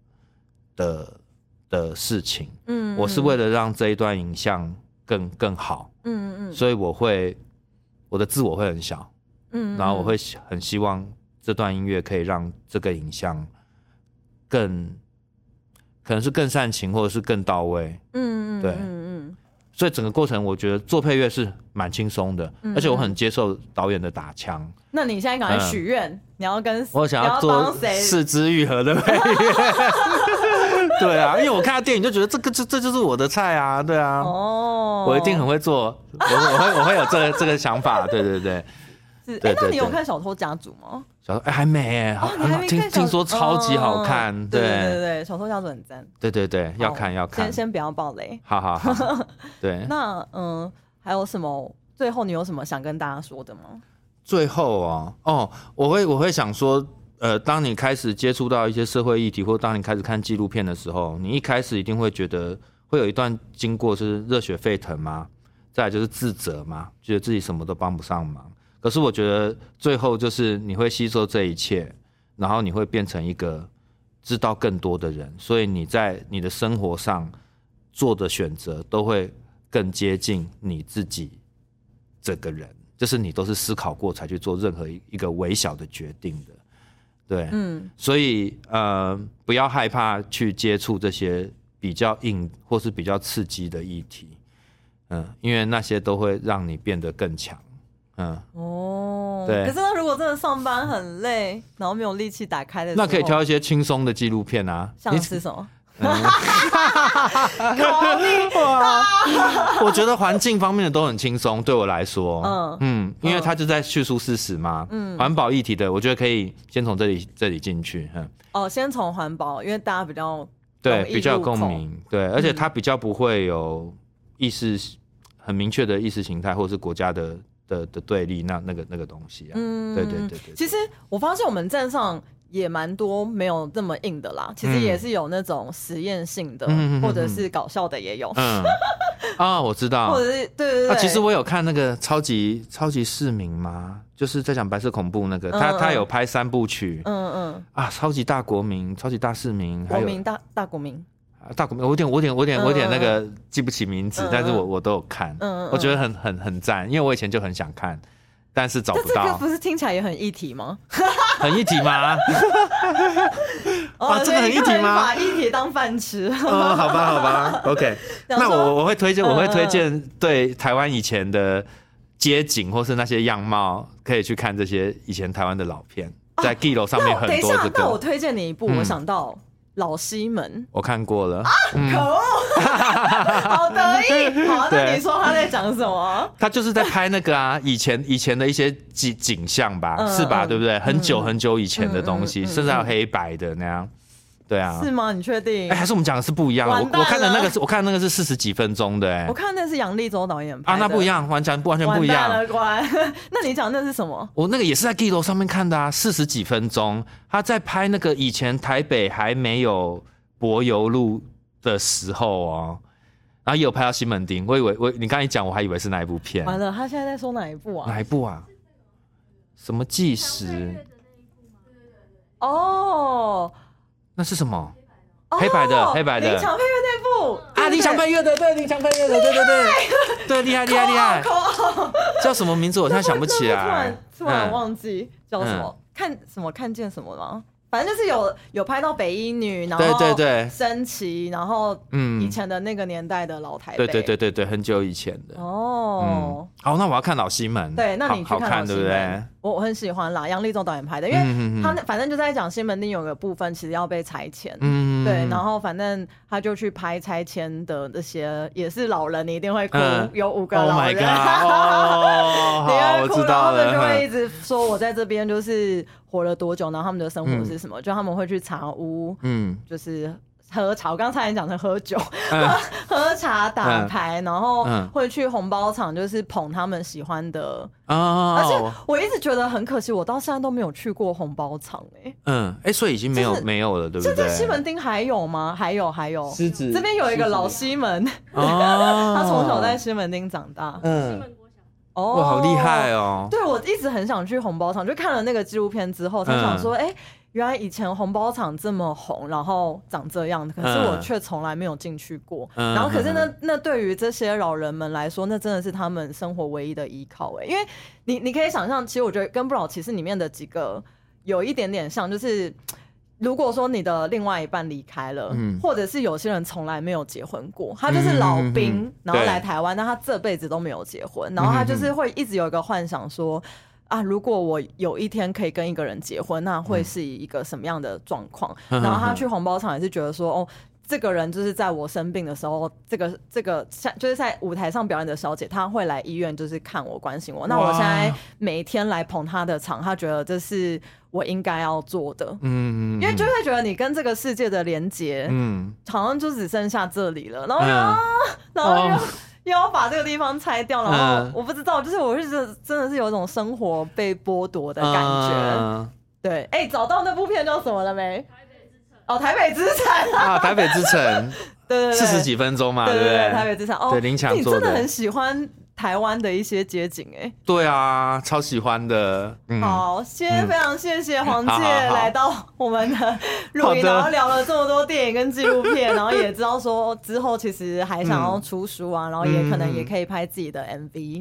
的事情，我是为了让这一段影像更好，所以我的自我会很小，然后我会很希望这段音乐可以让这个影像可能是更煽情或者是更到位，对，所以整个过程我觉得做配乐是蛮轻松的，而且我很接受导演的打枪。 那你现在赶快许愿，你要跟我想要做四肢愈合的配乐，对啊，因为我看到电影就觉得这就是我的菜啊，对啊，我一定很会做，我会有这个想法，对。 是，那你有看《小偷家族》吗？ 还没听说超级好看，对， 《小偷家族》很赞， 对，要看， 先不要爆雷， 好，对。 那还有什么？最后你有什么想跟大家说的吗？ 最后我会想说，当你开始接触到一些社会议题，或当你开始看纪录片的时候，你一开始一定会觉得会有一段经过是热血沸腾嘛，再来就是自责嘛，觉得自己什么都帮不上忙。可是我觉得最后就是你会吸收这一切，然后你会变成一个知道更多的人，所以你在你的生活上做的选择都会更接近你自己这个人，就是你都是思考过才去做任何一个微小的决定的，对，所以不要害怕去接触这些比较硬或是比较刺激的议题，因为那些都会让你变得更强。对。 可是那如果真的上班很累，然后没有力气打开的时候， 那可以挑一些轻松的纪录片啊。 像是什么？ 我觉得环境方面的都很轻松，对我来说，因为他就在叙述事实嘛，环保议题的，我觉得可以先从这里进去， 先从环保，因为大家比较有共鸣，对，而且他比较不会有很明确的意识形态或是国家的对立那个东西啊，对。 其实我发现我们站上也蛮多没有这么硬的啦，其实也是有那种实验性的，或者是搞笑的也有。 我知道， 或者是对。 其实我有看那个超级市民嘛，就是在讲白色恐怖那个，他有拍3部曲，超级大国民、超级大市民，还有国民大国民。 大国民，我有点那个记不起名字，但是我都有看，我觉得很赞，因为我以前就很想看，但是找不到。 这个不是听起来也很议题吗？ 很议题吗？这个很议题吗？ 把议题当饭吃。 好吧 ，OK。那我会推荐对台湾以前的街景或是那些样貌，可以去看这些以前台湾的老片，在 Giloo 上面很多这个。 那我推荐你一部，我想到。老西门， 我看过了。 可恶，好得意。好，那你说他在讲什么？ 他就是在拍那个以前的一些景象吧，是吧？对不对？很久以前的东西，甚至还有黑白的那样。对啊， 是吗？你确定？ 还是我们讲的是不一样的？我看的那个是40几分钟的。 我看那是杨力州导演拍的。 那不一样，完全不一样。完蛋了，那你讲那是什么？ 我那个也是在 Giloo 上面看的40几分钟，他在拍那个以前台北还没有柏油路的时候然后也有拍到西门町。我以为你刚才讲，我还以为是哪一部片。 完了，他现在在说哪一部啊？ 哪一部啊？什么纪实？那是什么？黑白的林强配乐那部林强配乐的，对，林强配乐的，对，厉害，叫什么名字？我现在想不起来， 突然忘记叫什么，看见什么吗？反正就是有拍到北一女，然后对升旗，然后以前的那个年代的老台北， 对，很久以前的好，那我要看老西门， 对，那你去看老西门， 好看对不对？ 我很喜欢啦，杨力州导演拍的，因为他反正就在讲西门町有个部分其实要被拆迁，对，然后反正他就去拍拆迁的那些，也是老人，你一定会哭，有5个老人， 好，我知道了， 他们就会一直说我在这边就是活了多久，然后他们的生活是什么，就他们会去查屋，就是喝茶，我刚才差点讲成喝酒，喝茶打牌，然后会去红包场，就是捧他们喜欢的而且我一直觉得很可惜，我到现在都没有去过红包场所以已经没有了，对不对？ 现在西门町还有吗？还有， 狮子这边有一个老西门，他从小在西门町长大， 西门国小。 哇，好厉害哦！ 对，我一直很想去红包场，就看了那个纪录片之后，才想说，原来以前红包场这么红，然后长这样，可是我却从来没有进去过。然后，可是那对于这些老人们来说，那真的是他们生活唯一的依靠。因为你可以想象，其实我觉得跟《不老骑士》里面的几个有一点点像，就是如果说你的另外一半离开了，或者是有些人从来没有结婚过，他就是老兵，然后来台湾，但他这辈子都没有结婚，然后他就是会一直有一个幻想说。如果我有一天可以跟一个人结婚，那会是一个什么样的状况？然后他去红包场也是觉得说，这个人就是在我生病的时候，这个就是在舞台上表演的小姐，她会来医院就是看我关心我。那我现在每天来捧她的场，她觉得这是我应该要做的。因为就会觉得你跟这个世界的连结，好像就只剩下这里了。然后又要把这个地方拆掉，然后我不知道，就是我是真的是有一种生活被剥夺的感觉。对，找到那部片叫什么了没？台北之城啊， 台北之城， 对 40几分钟嘛，对不对？ 台北之城对，林强做的。 你真的很喜欢台湾的一些街景对啊，超喜欢的。 好，今天非常谢谢黄介来到我们的录音，然后聊了这么多电影跟纪录片，然后也知道说之后其实还想要出书啊，然后也可能也可以拍自己的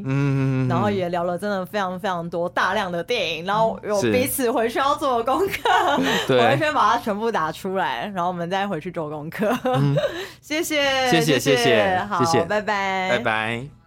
MV，然后也聊了真的非常非常多大量的电影，然后有彼此回去要做的功课，我会先把它全部打出来，然后我们再回去做功课。谢谢， 好， 拜拜， 拜拜。